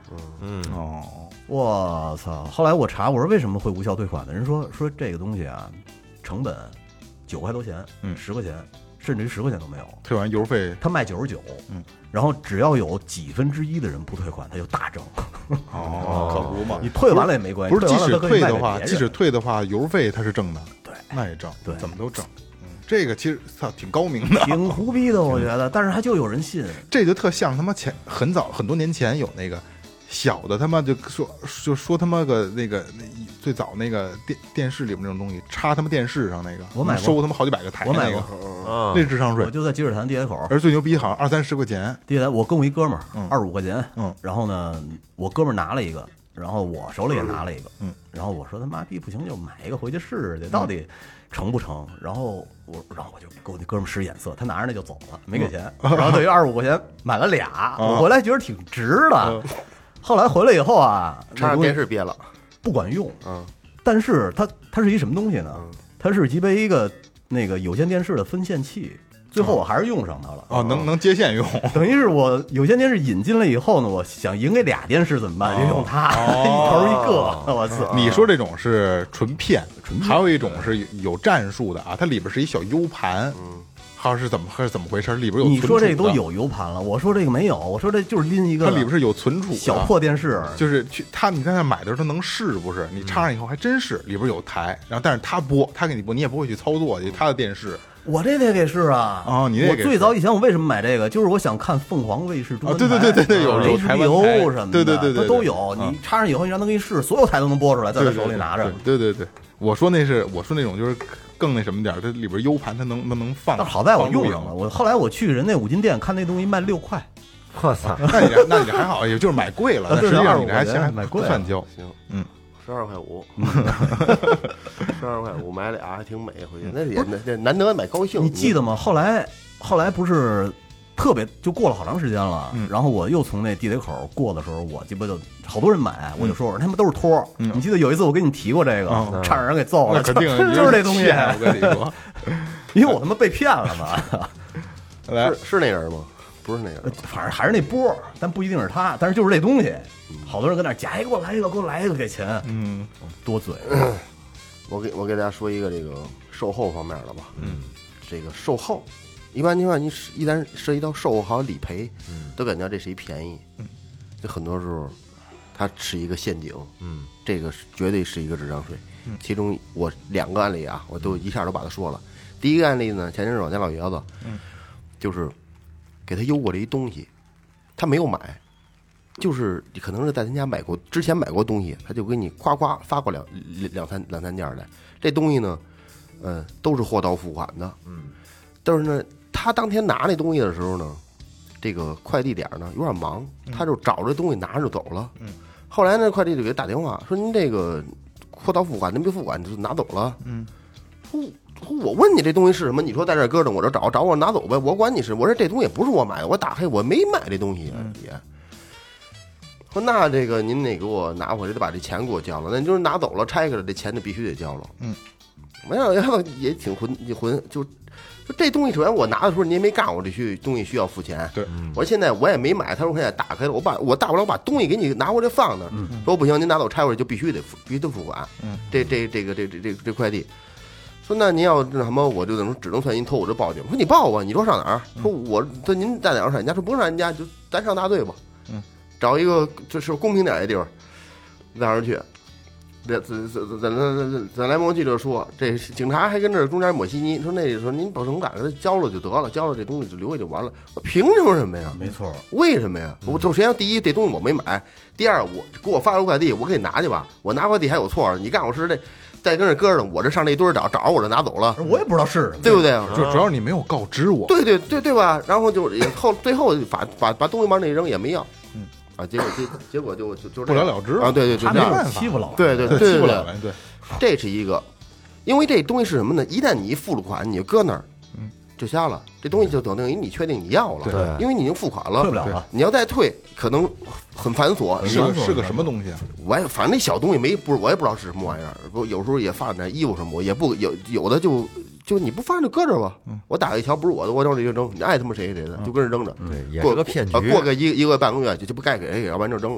嗯， 哦， 我操！后来我查，我说为什么会无效退款呢？人说说这个东西啊，成本九块多钱， 嗯十块钱，甚至于十块钱都没有。 退完邮费， 他卖九十九， 嗯， 然后只要有几分之一的人不退款，他就大挣。 哦，可不嘛你。退完了也没关系， 不是，即使退完了他可以退的话， 卖给别人即使退的话，邮费他是挣的， 对， 那也挣， 对怎么都挣。嗯，这个其实操挺高明的， 挺胡逼的，我觉得，但是还就有人信。 这就特像他妈前很早很多年前有那个小的他妈就说就说他妈个那个那最早那个电电视里面那种东西插他妈电视上那个， 我买过收他妈好几百个台那个我买过， 啊那是智商税我。就在积水潭地铁口， 而最牛逼好像二三十块钱， 地铁我跟我一哥们儿嗯， 二十五块钱， 嗯， 然后呢，我哥们儿拿了一个，然后我手里也拿了一个， 嗯， 然后我说他妈逼不行就买一个回去试试去，到底成不成？然后我，然后我就给我那哥们儿使眼色，他拿着那就走了，没给钱，然后等于二十五块钱买了俩，我回来觉得挺值的。后来回来以后啊， 插上电视憋了， 不管用， 嗯， 但是它它是一什么东西呢嗯？ 它是集备一个那个有线电视的分线器，最后我还是用上它了。 哦，能能接线用， 等于是我有线电视引进了以后呢，我想赢给俩电视怎么办？就用它，一头一个，我操！ 你说这种是纯骗，还有一种是有战术的啊，它里边是一小 U 盘，还是怎么还是怎么回事？里边有你说这个存储的， 都有 U 盘了，我说这个没有，我说这就是拎一个它里边是有存储的小破电视， 就是去他你在那买的时候，它能试不是？你插上以后还真是里边有台，然后但是他播，他给你播，你也不会去操作，他的电视我这得给试啊！ 哦你这得给试我最早以前我为什么买这个？就是我想看凤凰卫视中啊， 文台、 对对对对对，有有台湾台 H B O 什么的， 对对对对， 它都有。 对你插上以后，你让它给你试，所有台都能播出来，在对他手里拿着。 对对对对，我说那是我说那种就是更那什么点儿，它里边 U 盘它能它能放。 但好在我放录影用上了。我后来我去人那五金店看那东西卖六块， 我操， 那你这那你这还好，也就是买贵了，但实际上你这还对还买贵了不算交。 行， 嗯， 十二块五，十二块五买俩还挺美，回去那也那那难得买高兴。 你记得吗？后来后来不是特别就过了好长时间了， 嗯然后我又从那地铁口过的时候，我鸡巴就好多人买，我就说我说他们都是托儿。 嗯你记得有一次我跟你提过这个， 嗯差点让人给揍了， 那肯定就就是这东西， 骗我跟你说， 因为我他妈被骗了嘛。 来是是那人吗？不是那人， 反正还是那波儿，但不一定是他，但是就是这东西，好多人跟那儿夹，哎，给我来一个，给我来一个，给钱， 嗯多嘴。 我给我给大家说一个这个售后方面的吧。 嗯， 这个售后，一般情况你一旦涉及到售后还有理赔， 嗯都感觉这是一便宜。 嗯， 就很多时候它是一个陷阱。 嗯， 这个是绝对是一个智商税。其中我两个案例啊，我都一下都把它说了。第一个案例呢，前阵子我家老爷子， 嗯， 就是给他邮过这一东西，他没有买，就是你可能是在他家买过，之前买过东西，他就给你夸夸发过两两三两三件来。这东西呢，嗯，都是货到付款的， 嗯， 但是呢，他当天拿那东西的时候呢，这个快递点呢有点忙，他就找这东西拿着就走了。 嗯， 后来呢，快递就给他打电话说：“您这个货到付款，您没付款就拿走了。” 嗯， 说我问你这东西是什么？你说在这搁着，我这找找我拿走呗，我管你是。我说这东西也不是我买的，我打开我没买这东西啊也。说那这个您得给我拿回来，得把这钱给我交了。那你就是拿走了拆开了，这钱就必须得交了。 嗯， 没有，然后也挺混混，就就这东西，首先我拿的时候你也没干，我这需东西需要付钱。 对， 我说现在我也没买，他说现在打开了，我把我大不了把东西给你拿回来放那儿。说不行，您拿走拆回来就必须得付，必须得付款。 嗯， 这这这个这这这这快递。说那您要那什么，我就等于只能算您偷我这报警。我说你报吧，你说上哪儿？说我说您在哪儿上人家？说不用上人家，就咱上大队吧。 嗯， 找一个就是公平点的地方，在那儿去。这这这咱咱咱咱来蒙记者说，这警察还跟这中间抹稀泥，说那时候您保证咋给他交了就得了，交了这东西就留下就完了。我凭什么什么呀？ 没错， 为什么呀？我首先第一，这东西我没买；第二，我给我发个快递，我给你拿去吧。我拿快递还有错，你干我是这。再跟这搁着，我这上这堆找找我这拿走了， 我也不知道是什么， 对不对？ 就主要你没有告知我。 对对对对吧？然后就后最后把把把东西往那扔也没要， 嗯啊，结果结结果就就就不了了之啊，对对，就他没这样， 有欺负老人， 对对对对对欺负了人，对， 这是一个，因为这东西是什么呢？一旦你付了款，你就搁那儿， 嗯， 就瞎了，这东西就等于你确定你要了， 对因为你已经付款了， 退不了了。 你要再退，可能很繁琐。 是个是个什么东西啊？ 我也反正那小东西没不是我也不知道是什么玩意儿，不有时候也放点衣服什么，我也不有有的就就你不放就搁着吧，我打开一瞧不是我的，我往里就扔，你爱他妈谁谁的就跟着扔着， 对，也过是个骗局啊。过个一一个半个月就就不该给谁给，要不然就扔了。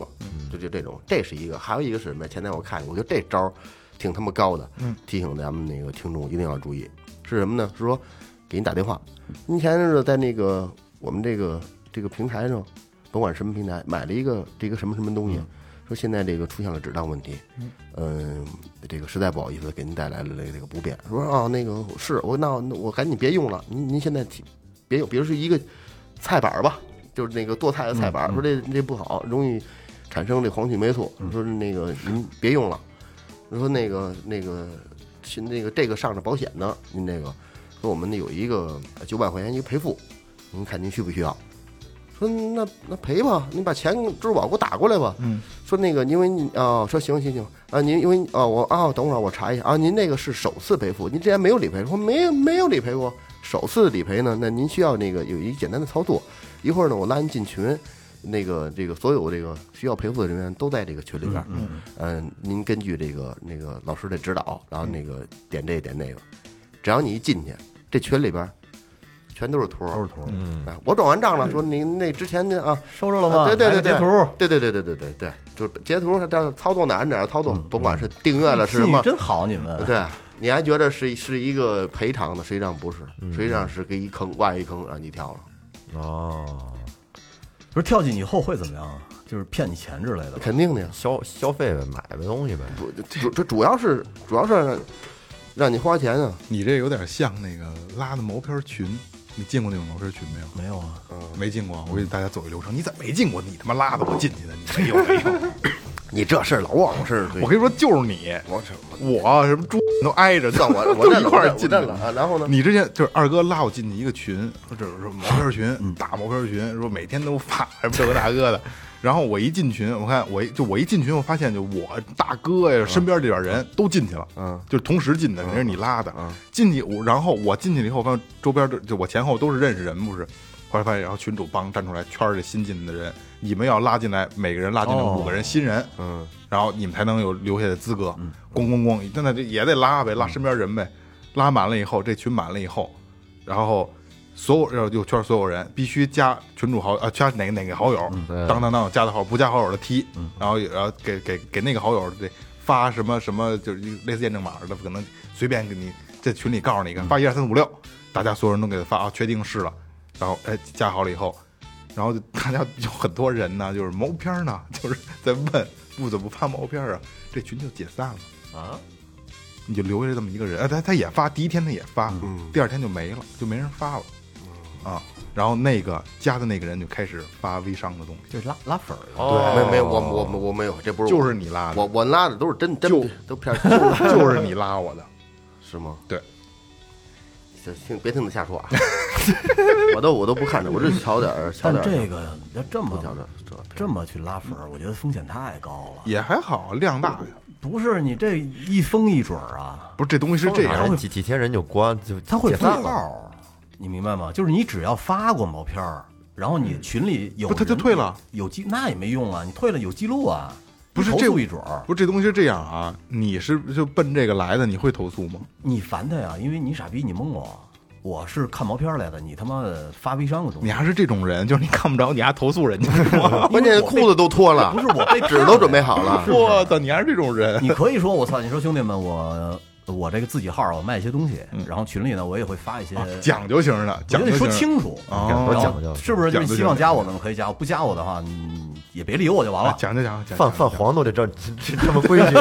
就就这种，这是一个，还有一个是什么？前天我看，我觉得这招挺他妈高的， 嗯， 提醒咱们那个听众一定要注意，是什么呢？是说给你打电话，你前日子在那个我们这个这个平台上，甭管什么平台，买了一个这个什么什么东西。嗯，说现在这个出现了质量问题，嗯，这个实在不好意思，给您带来了这个这个不便。说啊，那个是我那我赶紧别用了，您您现在别用，比如是一个菜板吧，就是那个剁菜的菜板，说这这不好，容易产生这黄曲霉素，说那个您别用了。说那个那个那个这个上着保险呢，您这个说我们有一个九百块钱一个赔付，您看您需不需要？说那那赔吧，你把钱支付宝给我打过来吧。 嗯，说那个因为你啊、哦，说行行行啊，您因为啊我啊等会儿我查一下啊，您那个是首次赔付，您之前没有理赔，说没有没有理赔过，首次理赔呢，那您需要那个有一简单的操作，一会儿呢我拉您进群，那个这个所有这个需要赔付的人员都在这个群里边，嗯嗯、呃，您根据这个那个老师的指导，然后那个点这点那个，只要你一进去，这群里边。全都是图， 都是图。 嗯，我转完账了，说您那之前的啊， 收着了吗？ 对对对， 截图。 对对对对对对对，就是截图，这操作哪按哪操作，甭管是订阅了是什么， 真好你们。 对，你还觉得是是一个赔偿的，实际上不是，实际上是给一坑挖一坑让你跳了。 哦， 不是跳进以后会怎么样啊？就是骗你钱之类的？ 肯定的呀， 消消费呗，买呗东西呗。 主主主要是主要是让你花钱啊。 你这有点像那个拉的毛片群。你进过那种毛片群没有？ 没有啊， 嗯，没进过。我给大家走一流程，你怎么没进过？你他妈拉的我进去的，你没有没有。 你这事儿老往是， 我跟你说就是你， 我我什么猪都挨着， 算我我都一块儿进了啊。然后呢， 你之前就是二哥拉我进去一个群，说这是毛片群，大毛片群，说每天都发什么这个大哥的。然后我一进群，我看我就我一进群，我发现就我大哥呀，身边这点人都进去了，嗯，就是同时进的，肯定是你拉的，嗯，进去我，然后我进去了以后，发现周边就我前后都是认识人，不是？后来发现，然后群主帮站出来圈这新进的人，你们要拉进来，每个人拉进来五个人新人，嗯，然后你们才能有留下的资格，咣咣咣，现在这也得拉呗，拉身边人呗，拉满了以后，这群满了以后，然后。所有要就圈所有人必须加群主好啊，加哪个哪个好友， 嗯、 当当当加的好，不加好友的踢，嗯、然后然后给给给那个好友得发什么什么，就是类似验证码的，可能随便给你在群里告诉你一个，发一二三四五六，大家所有人都给他发啊，确定是了，然后哎加好了以后，然后大家有很多人呢，就是毛片呢，就是在问不怎么发毛片啊，这群就解散了啊。你就留下这么一个人，他他也发，第一天他也发，嗯、第二天就没了，就没人发了。啊，然后那个加的那个人就开始发微商的东西， 就是拉拉粉儿。 对，没没有，我我我没有，这不是就是你拉的， 我我拉的都是真真都骗， 就是你拉我的， 是吗？ 对， 听别听他瞎说啊，我都我都不看着，我这瞧点儿。 但这个要这么瞧着这么去拉粉儿，我觉得风险太高了。 也还好，量大呀。 不是你这一封一准啊， 不是这东西是这样， 几几天人就关就他会封号。你明白吗？就是你只要发过毛片儿，然后你群里有不他就退了， 有记那也没用啊，你退了有记录啊， 不是这一准儿。 不是这东西是这样啊，你是就奔这个来的，你会投诉吗？ 你烦他呀，因为你傻逼，你蒙我，我是看毛片来的，你他妈的发微商的东西。 你还是这种人，就是你看不着，你还投诉人家， 关键裤子都脱了， 不是我被纸都准备好了。 我操，你还是这种人。 你可以说我操，你说兄弟们我。我这个自己号我卖一些东西，然后群里呢我也会发一些讲究型的，讲究说清楚， 多讲究， 是不是？就是希望加我的可以加，我不加我的话，你也别理我就完了。 讲究讲究， 泛泛黄都得这这这么规矩，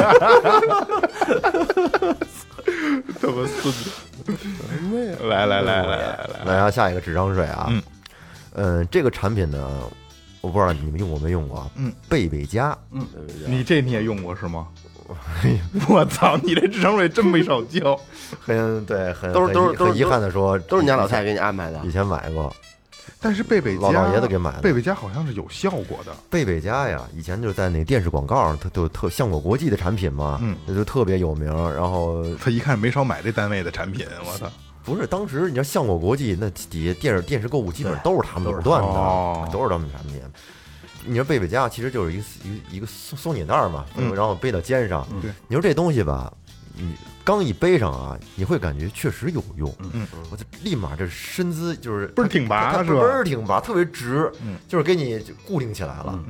他妈孙子！来来来来来来， 来啊，下一个智商税啊， 嗯， 呃，这个产品呢，我不知道你们用过没用过，嗯，贝贝佳， 嗯，你这你也用过是吗？我操！你这智商税真没少交， 很对，很都是都是很遗憾的说， 都是你家老太太给你安排的。 以前买过， 但是贝贝佳老老爷子给买的， 贝贝佳好像是有效果的。 贝贝佳呀，以前就是在那电视广告，它就特效果国际的产品嘛，嗯，那就特别有名。然后他一看没少买这单位的产品，我操！ 不是，当时你知道效果国际那底下电视电视购物基本都是他们垄断的，都是他们产品。你说贝贝佳其实就是一个一个一个松松紧带嘛，然后背到肩上。 对， 你说这东西吧，你刚一背上啊，你会感觉确实有用。嗯，我就立马这身姿就是倍儿挺拔，是吧？ 倍儿挺拔，特别直，就是给你固定起来了。嗯，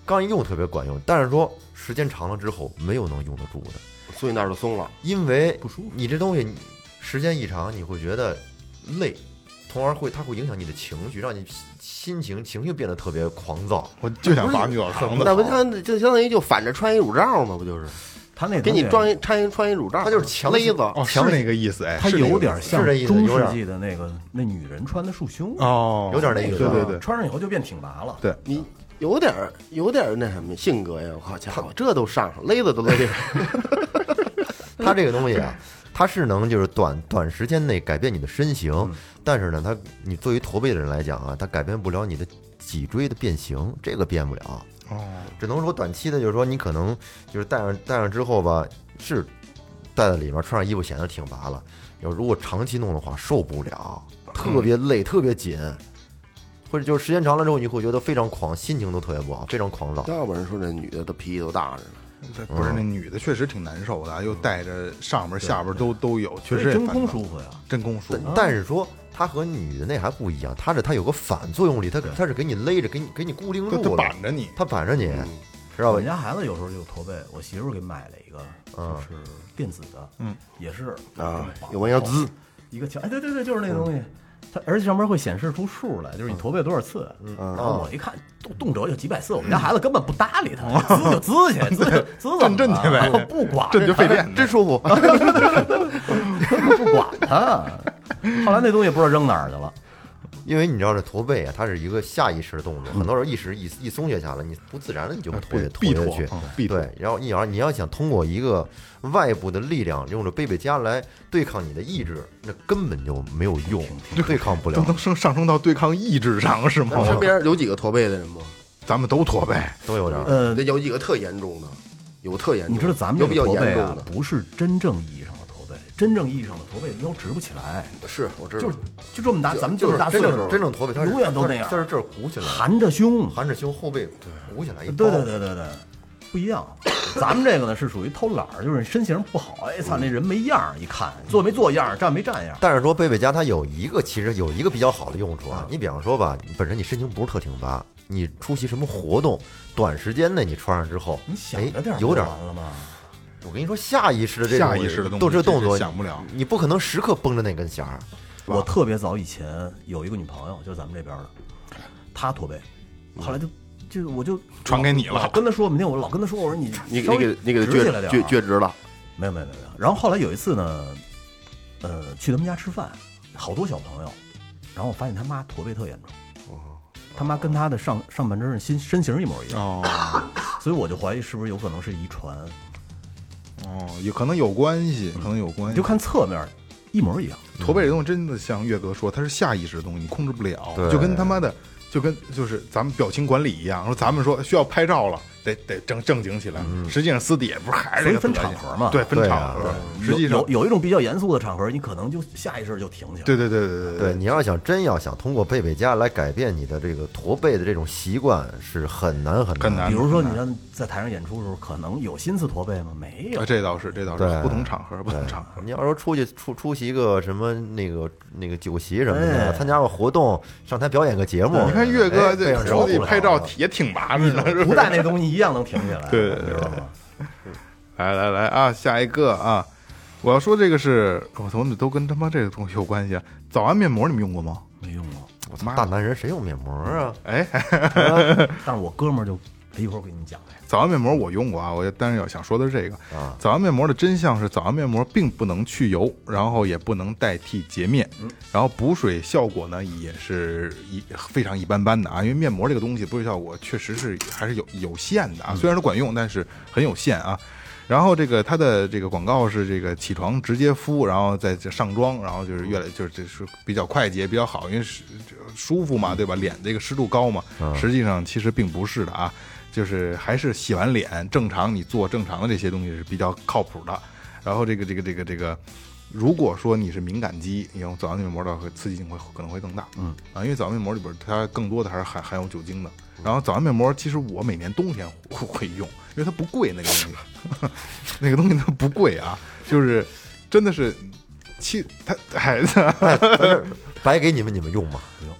刚一用特别管用，但是说时间长了之后没有能用得住的， 所以那儿就松了。 因为不舒服你这东西时间一长，你会觉得累，从而会它会影响你的情绪，让你心情情绪变得特别狂躁。 我就想拔女澡堂子， 那不相就相当于就反着穿一乳罩吗？不就是他那给你东西装一穿一穿一乳罩， 它就是强勒子。 哦，是那个意思，哎， 它是那个有点像是这意思中有点世纪的那个那女人穿的束胸， 哦， 有点那个对对对穿上以后就变挺拔了。 对， 你有点儿有点儿那什么性格呀！我靠家伙，这都上上勒子都勒上。 它这个东西啊，它是能就是短短时间内改变你的身形，但是呢，它你作为驼背的人来讲啊，它改变不了你的脊椎的变形，这个变不了。 哦， 只能说短期的，就是说你可能就是戴上戴上之后吧，是戴在里面，穿上衣服显得挺拔了。要如果长期弄的话，受不了，特别累，特别紧，或者就是时间长了之后，你会觉得非常狂，心情都特别不好，非常狂躁。 要不然说这女的都脾气都大着呢。 不是那女的确实挺难受的，又带着上边下边都都有，确实也真烦躁空舒服呀。 真空舒服但。但是说它和女的那还不一样，它是它有个反作用力，它它是给你勒着，给你给你固定它它住了， 板着你， 它板着你， 嗯知道吧我们？家孩子有时候就有驼背，我媳妇儿给买了一个， 嗯就是电子的， 嗯， 也是啊，有完要滋， 一个墙，哎，对对对，就是那个东西，它而且上面会显示出数来，就是你驼背多少次。 嗯然后我一看，动动辄就几百次，我们家孩子根本不搭理他，滋就滋去，滋滋怎么震震去呗了不管这就费电真舒服。 不管他。后来那东西不知道扔哪儿去了。 因为你知道这驼背啊，它是一个下意识的动作，很多人意识一一松懈下来，你不自然的你就会驼下驼必驼下去嗯。必驼对，然后你要你要想通过一个外部的力量，用着贝贝佳来对抗你的意志，那根本就没有用，对抗不了， 都能升上升到对抗意志上是吗？ 身边有几个驼背的人吗？ 咱们都驼背， 都有点儿。 呃得，有几个特严重的，有特严重的。 你知道咱们有比较这个驼背严重的，， 啊不是真正意义上的驼背，真正意义上的驼背腰直不起来， 是我知道， 就是就这么大，咱们这就是真么大岁数正，真正驼背，它是永远都那样它是这儿鼓起来， 含着胸， 含着胸，后背鼓起来一包。 对对对对对，不一样。咱们这个呢是属于偷懒儿，就是身形不好，哎操，那人没样儿，一看做没做样儿，站没站样儿。 但是说贝贝佳它有一个其实有一个比较好的用处啊，你比方说吧，本身你身形不是特挺拔，你出席什么活动，短时间内你穿上之后， 你想哎着点儿有点儿不完了吗？ 我跟你说，下意识的这种下意识的东西都这动作确实想不了你不可能时刻绷着那根弦儿。 我特别早以前有一个女朋友，就是咱们这边的，她驼背，后来就就我就传给你了老跟她说，每天我老跟她说，我说你你稍微你给你给他直起来撅撅点儿撅直了， 没有没有没有没有。然后后来有一次呢，呃，去他们家吃饭，好多小朋友，然后我发现他妈驼背特严重，他妈跟他的上上半身身身形一模一样， 哦所以我就怀疑是不是有可能是遗传。 哦，有可能有关系，可能有关系。 你就看侧面一模一样。 驼背这东西真的像岳哥说，它是下意识的东西，你控制不了， 对就跟他妈的，就跟就是咱们表情管理一样。说咱们说需要拍照了，得得正正经起来，实际上私底下不是还是所以分这个德行场合嘛对，分对啊场合。 有实际上有，有一种比较严肃的场合，你可能就下意识就停起来。 对对对对对，你要想真要想通过贝贝佳来改变你的这个驼背的这种习惯，是很难很难很难比如说，你像在台上演出的时候，可能有心思驼背吗？没有啊，。这倒是这倒对是不同场合不同场合。 你要说出去出出席一个什么那个那个酒席什么的， 哎参加个活动，上台表演个节目， 你看岳哥这哎背上出去招呼拍照了也挺麻烦的，是不带那东西一样能停下来， 对对对知道吗？ 来来来啊，下一个啊，我要说这个是我怎么都跟他妈这个东西有关系啊？早安面膜你们用过吗？ 没用过。 我操，大男人谁用面膜啊？ 哎， 但是我哥们儿就，一会儿我给你们讲来。 早安面膜我用过啊，我当然要想说的是这个啊早安面膜的真相是，早安面膜并不能去油，然后也不能代替洁面，然后补水效果呢也是一非常一般般的啊，因为面膜这个东西补水效果确实是还是有有限的啊，虽然说管用，但是很有限啊。然后这个它的这个广告是这个起床直接敷，然后再上妆，然后就是越来就是就是比较快捷比较好，因为是舒服嘛，对吧？脸这个湿度高嘛，实际上其实并不是的啊。就是还是洗完脸正常，你做正常的这些东西是比较靠谱的。然后这个这个这个这个，如果说你是敏感肌，你用早安面膜的话，刺激性会可能会更大。嗯啊，因为早安面膜里边它更多的还是含含有酒精的。然后早安面膜其实我每年冬天会会用，因为它不贵，那个东西，那个东西它不贵啊，就是真的是，其它孩子哎不是白给你们，你们用吗？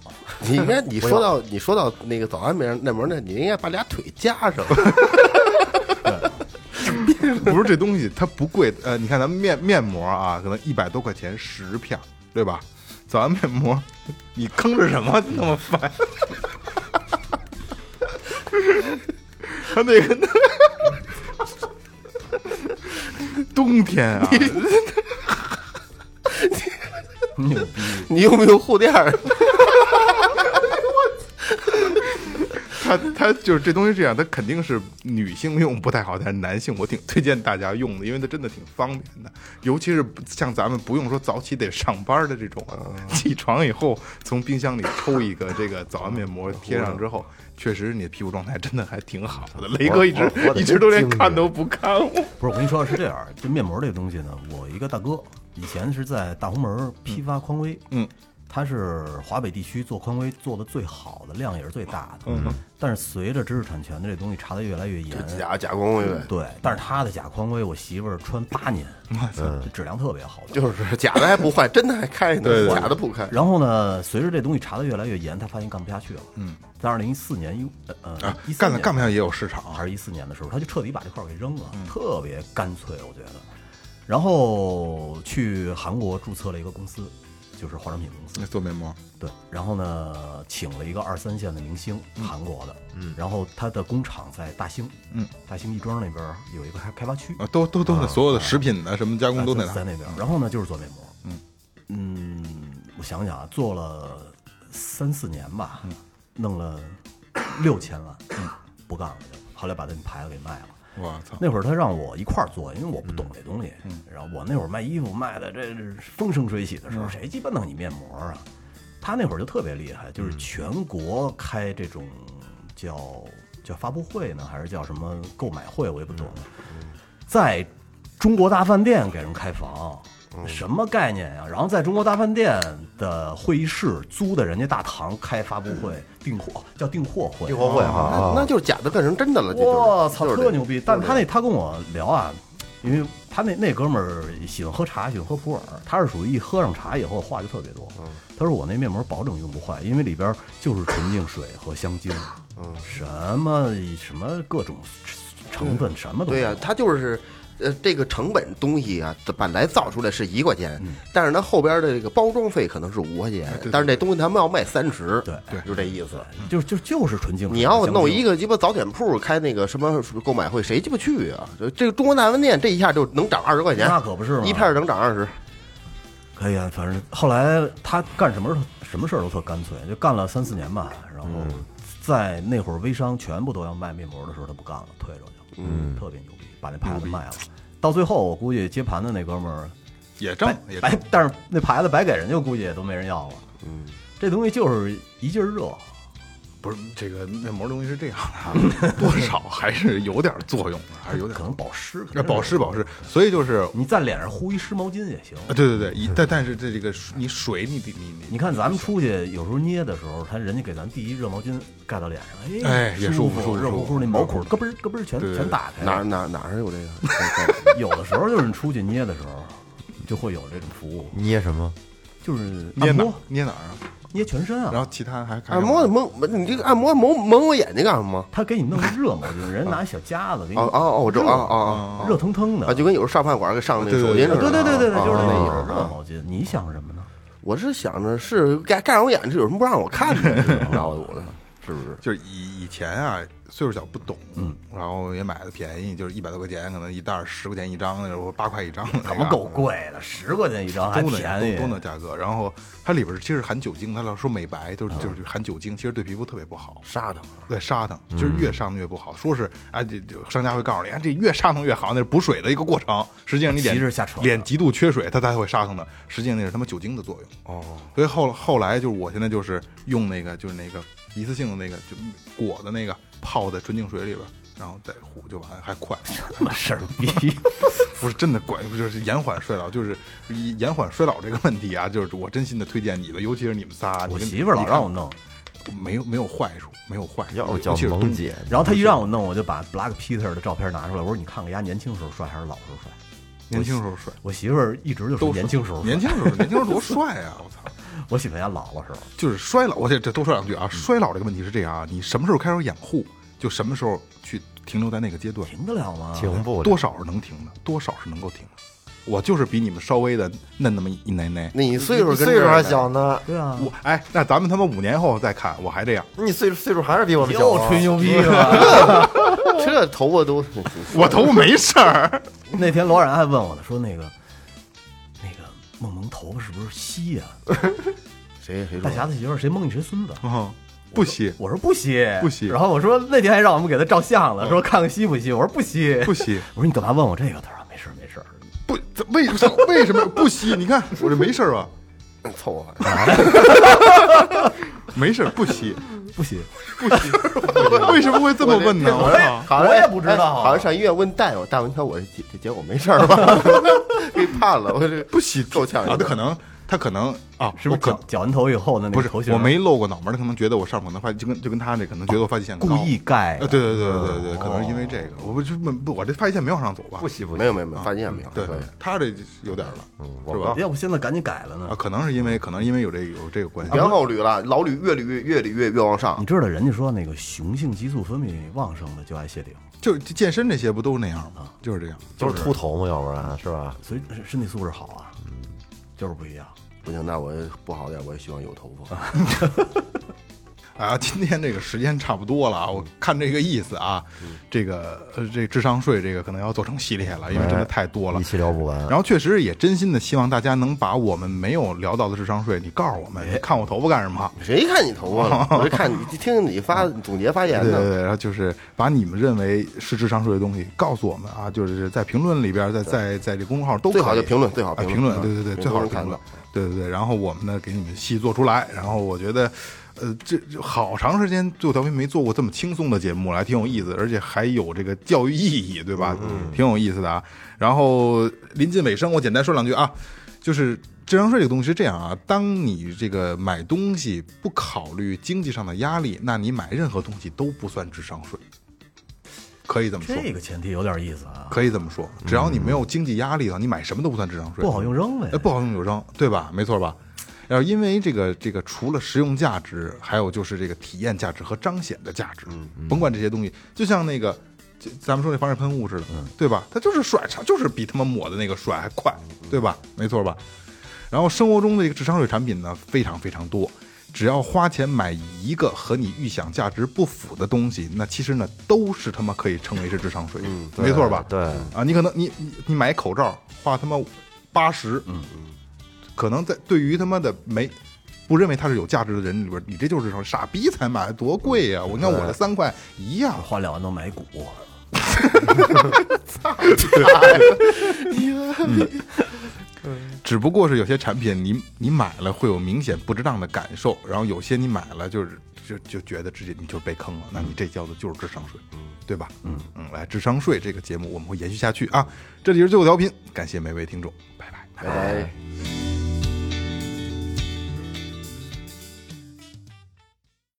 你应该你说到你说到那个早安面面膜那，你应该把俩腿加上。 不是这东西它不贵，呃，你看咱们面面膜啊，可能一百多块钱十片，对吧？早安面膜，你坑着什么那么烦？他那个冬天啊， 牛逼！ 你用不用护垫儿？ 它它就是这东西这样，它肯定是女性用不太好，但是男性我挺推荐大家用的，因为它真的挺方便的，尤其是像咱们不用说早起得上班的这种，起床以后从冰箱里抽一个这个早安面膜贴上之后，确实你的皮肤状态真的还挺好的。雷哥一直一直都连看都不看我。 不是，我跟你说是这样，这面膜这个东西呢，我一个大哥以前是在大红门批发匡威， 嗯。 他是华北地区做匡威做的最好的，量也是最大的。 嗯， 但是随着知识产权的这东西查得越来越严， 假假匡威呗。 对，但是他的假匡威，我媳妇儿穿八年，嗯，质量特别好的。 就是假的还不坏，真的还开呢， 对对假的不开。 然后呢，随着这东西查得越来越严，他发现干不下去了。 嗯， 在二零一四年一呃啊， 一干了干不下也有市场， 还是一四年的时候，他就彻底把这块儿给扔了，特别干脆，我觉得。然后去韩国注册了一个公司。就是化妆品公司做面膜， 对，然后呢，请了一个二三线的明星，韩国的，嗯，然后他的工厂在大兴，嗯，大兴亦庄那边有一个开开发区啊，都都都在所有的食品的什么加工都在在那边。然后呢，就是做面膜，嗯嗯，我想想啊，做了三四年吧，弄了六千万，嗯，不干了就，后来把这牌子给卖了。 我操！ 那会儿他让我一块儿做，因为我不懂这东西。嗯，然后我那会儿卖衣服卖的这风生水起的时候，谁鸡巴弄你面膜啊？他那会儿就特别厉害，就是全国开这种叫叫发布会呢，还是叫什么购买会，我也不懂。在中国大饭店给人开房，什么概念呀？然后在中国大饭店的会议室租的人家大堂开发布会，订货叫订货会， 订货会哈， 那那就是假的变成真的了。 我操，特牛逼！但他那他跟我聊啊，因为他那那哥们儿喜欢喝茶，喜欢喝普洱，他是属于一喝上茶以后话就特别多。他说我那面膜保证用不坏，因为里边就是纯净水和香精，嗯，什么什么各种成分什么都对呀，他就是。呃，这个成本东西啊，本来造出来是一块钱，嗯、但是它后边的这个包装费可能是五块钱，对对对，但是这东西他们要卖三十， 对对，就这意思， 就就就是纯净。 你要弄一个鸡巴早点铺开那个什么购买会，谁鸡巴去啊？这个中国大饭店这一下就能涨二十块钱， 那可不是吗？ 一片能涨二十， 可以啊。反正后来他干什么什么事儿都特干脆，就干了三四年吧。然后在那会儿微商全部都要卖面膜的时候，他不干了，退出去了，嗯，特别牛逼，把那牌子卖了。到最后，我估计接盘的那哥们儿也挣，也白，但是那牌子白给人家，估计也都没人要了。嗯，这东西就是一劲儿热， 不是这个面膜东西是这样的，多少还是有点作用的，还是有点可能保湿， 那保湿保湿，所以就是你在脸上糊一湿毛巾也行。 啊，对对对，但但是这这个你水你你你你看咱们出去有时候捏的时候，他人家给咱递一热毛巾盖到脸上， 哎，也舒服， 热乎乎，那毛孔咯嘣咯嘣全全打开。 哪哪哪儿有这个？ 有的时候就是你出去捏的时候，就会有这种服务。 捏什么？ 就是捏哪捏哪儿啊？ 捏全身啊， 然后其他还按摩蒙，你这个按摩蒙蒙我眼睛干什么？ 他给你弄热毛巾，人拿小夹子给你哦哦哦，我知道啊啊， 热腾腾的啊，就跟有时候上饭馆给上那个手巾似的。 对对对对对，就是那种热毛巾。你想什么呢？ 我是想着是盖盖上我眼睛，有什么不让我看的？你知道我的是不是？ 就是以以前啊，岁数小不懂，嗯，然后也买的便宜，就是一百多块钱，可能一袋十块钱一张，那时候八块一张， 怎么够贵的？十块钱一张还便宜， 都那价格。然后它里边其实含酒精，它老说美白，就是就是含酒精，其实对皮肤特别不好， 砂糖， 对砂糖，就是越砂糖越不好。说是啊，这商家会告诉你，啊，这越砂糖越好，那是补水的一个过程。实际上你脸脸极度缺水，它才会砂糖的。实际上那是他妈酒精的作用。哦，所以后后来就是我现在就是用那个就是那个一次性的那个就裹的那个。泡在纯净水里边，然后再糊就完，还快。 这么事儿逼， 不是真的怪，不就是延缓衰老，就是延缓衰老这个问题啊！就是我真心的推荐你们，尤其是你们仨。 我媳妇儿老让我弄， 没有没有坏处，没有坏处。 要叫萌姐， 然后她一让我弄，我就把 Black Peter 的照片拿出来，我说你看看丫年轻时候帅还是老时候帅？ 年轻时候帅。 我媳妇儿一直就说年轻时候， 年轻时候，年轻时候多帅啊！我操！ 我喜欢家老了时候。 就是衰老，我这这多说两句啊。衰老这个问题是这样啊，你什么时候开始养护，就什么时候去停留在那个阶段， 停得了吗？ 停不了多少是能停的，多少是能够停的。我就是比你们稍微的嫩那么一奶奶。 那你岁数跟岁数还小呢， 对啊， 我哎，那咱们他妈五年后再看，我还这样。 你岁数岁数还是比我们小啊。 又吹牛逼了。 这头发都， 我头发没事儿。 那天罗然还问我呢，说那个那个梦萌头发是不是稀呀、啊？ 谁谁说大侠子媳妇儿谁蒙你谁孙子？ 啊，不稀， 我说不稀， 不稀然后我说那天还让我们给他照相了，说看看稀不稀。我说不稀， 不稀。 我说你干嘛问我这个？他说没事没事。 不，怎为什么为什么不稀？你看我这没事儿吧？ 凑合？ 没事儿，不稀， 不稀， 为什么会这么问呢？我操！ 好像我也不知道啊哎好像上医院问大夫，大夫你看我这结这结果没事儿吧？给判了，我这不稀够呛啊！他可能他可能啊， 是不是我可绞绞完头以后的那不是个头型？ 我没露过脑门，他可能觉得我上可能发就跟就跟他这可能觉得我发际线高故意盖的。 呃，对对对对对对，可能是因为这个，我不就不我这发际线没往上走吧？ 不稀不稀没有没有没有发际线没有， 对对， 他这有点了，是吧？ 要不现在赶紧改了啊， 呢？ 可能是因为可能因为有这个有这个关系。 别后捋了，老捋越捋越越捋越越往上你。知道人家说那个雄性激素分泌旺盛的就爱谢顶， 就健身这些不都是那样吗？就是这样， 都是就秃头嘛，要不然是吧？ 所以身体素质好啊，就是不一样。 不行，那我不好点，我也希望有头发。 啊，今天这个时间差不多了啊，我看这个意思啊，这个呃，这智商税这个可能要做成系列了，因为真的太多了一。期聊不完。 然后确实也真心的希望大家能把我们没有聊到的智商税，你告诉我们，你看我头发干什么？ 谁看你头发了？我就看你听听你发总结发言呢。 对对对，然后就是把你们认为是智商税的东西告诉我们啊，就是在评论里边，在在在这公众号都可以最好就评论，最好啊评评论，对对对， 嗯最好是评论，对对对。然后我们呢给你们细做出来，然后我觉得。呃，这这好长时间最后调频没做过这么轻松的节目了，还挺有意思，而且还有这个教育意义，对吧？嗯，挺有意思的啊。然后临近尾声，我简单说两句啊，就是智商税这个东西是这样啊，当你这个买东西不考虑经济上的压力，那你买任何东西都不算智商税，可以这么说。 这个前提有点意思啊， 可以这么说，只要你没有经济压力的话，你买什么都不算智商税。 不好用扔呗哎，。不好用就扔，对吧？没错吧？然后因为这个这个除了实用价值，还有就是这个体验价值和彰显的价值，甭管这些东西，就像那个就咱们说那防水喷雾似的，对吧？它就是甩长，就是比他妈抹的那个甩还快，对吧？没错吧？然后生活中的这个智商税产品呢，非常非常多。只要花钱买一个和你预想价值不符的东西，那其实呢都是他妈可以称为是智商税， 嗯没错吧？ 对， 啊，你可能你你你买口罩花他妈八十，嗯，可能在对于他妈的没不认为它是有价值的人里边，你这就是说傻逼才买，多贵呀、啊！我看我这三块一样， 花两万能买股， 只不过是有些产品你你买了会有明显不值当的感受，然后有些你买了就是就就觉得直接你就是被坑了，那你这叫做就是智商税，对吧？嗯嗯，来智商税这个节目我们会延续下去啊！这里是最后调频，感谢每位听众，拜拜。 拜拜。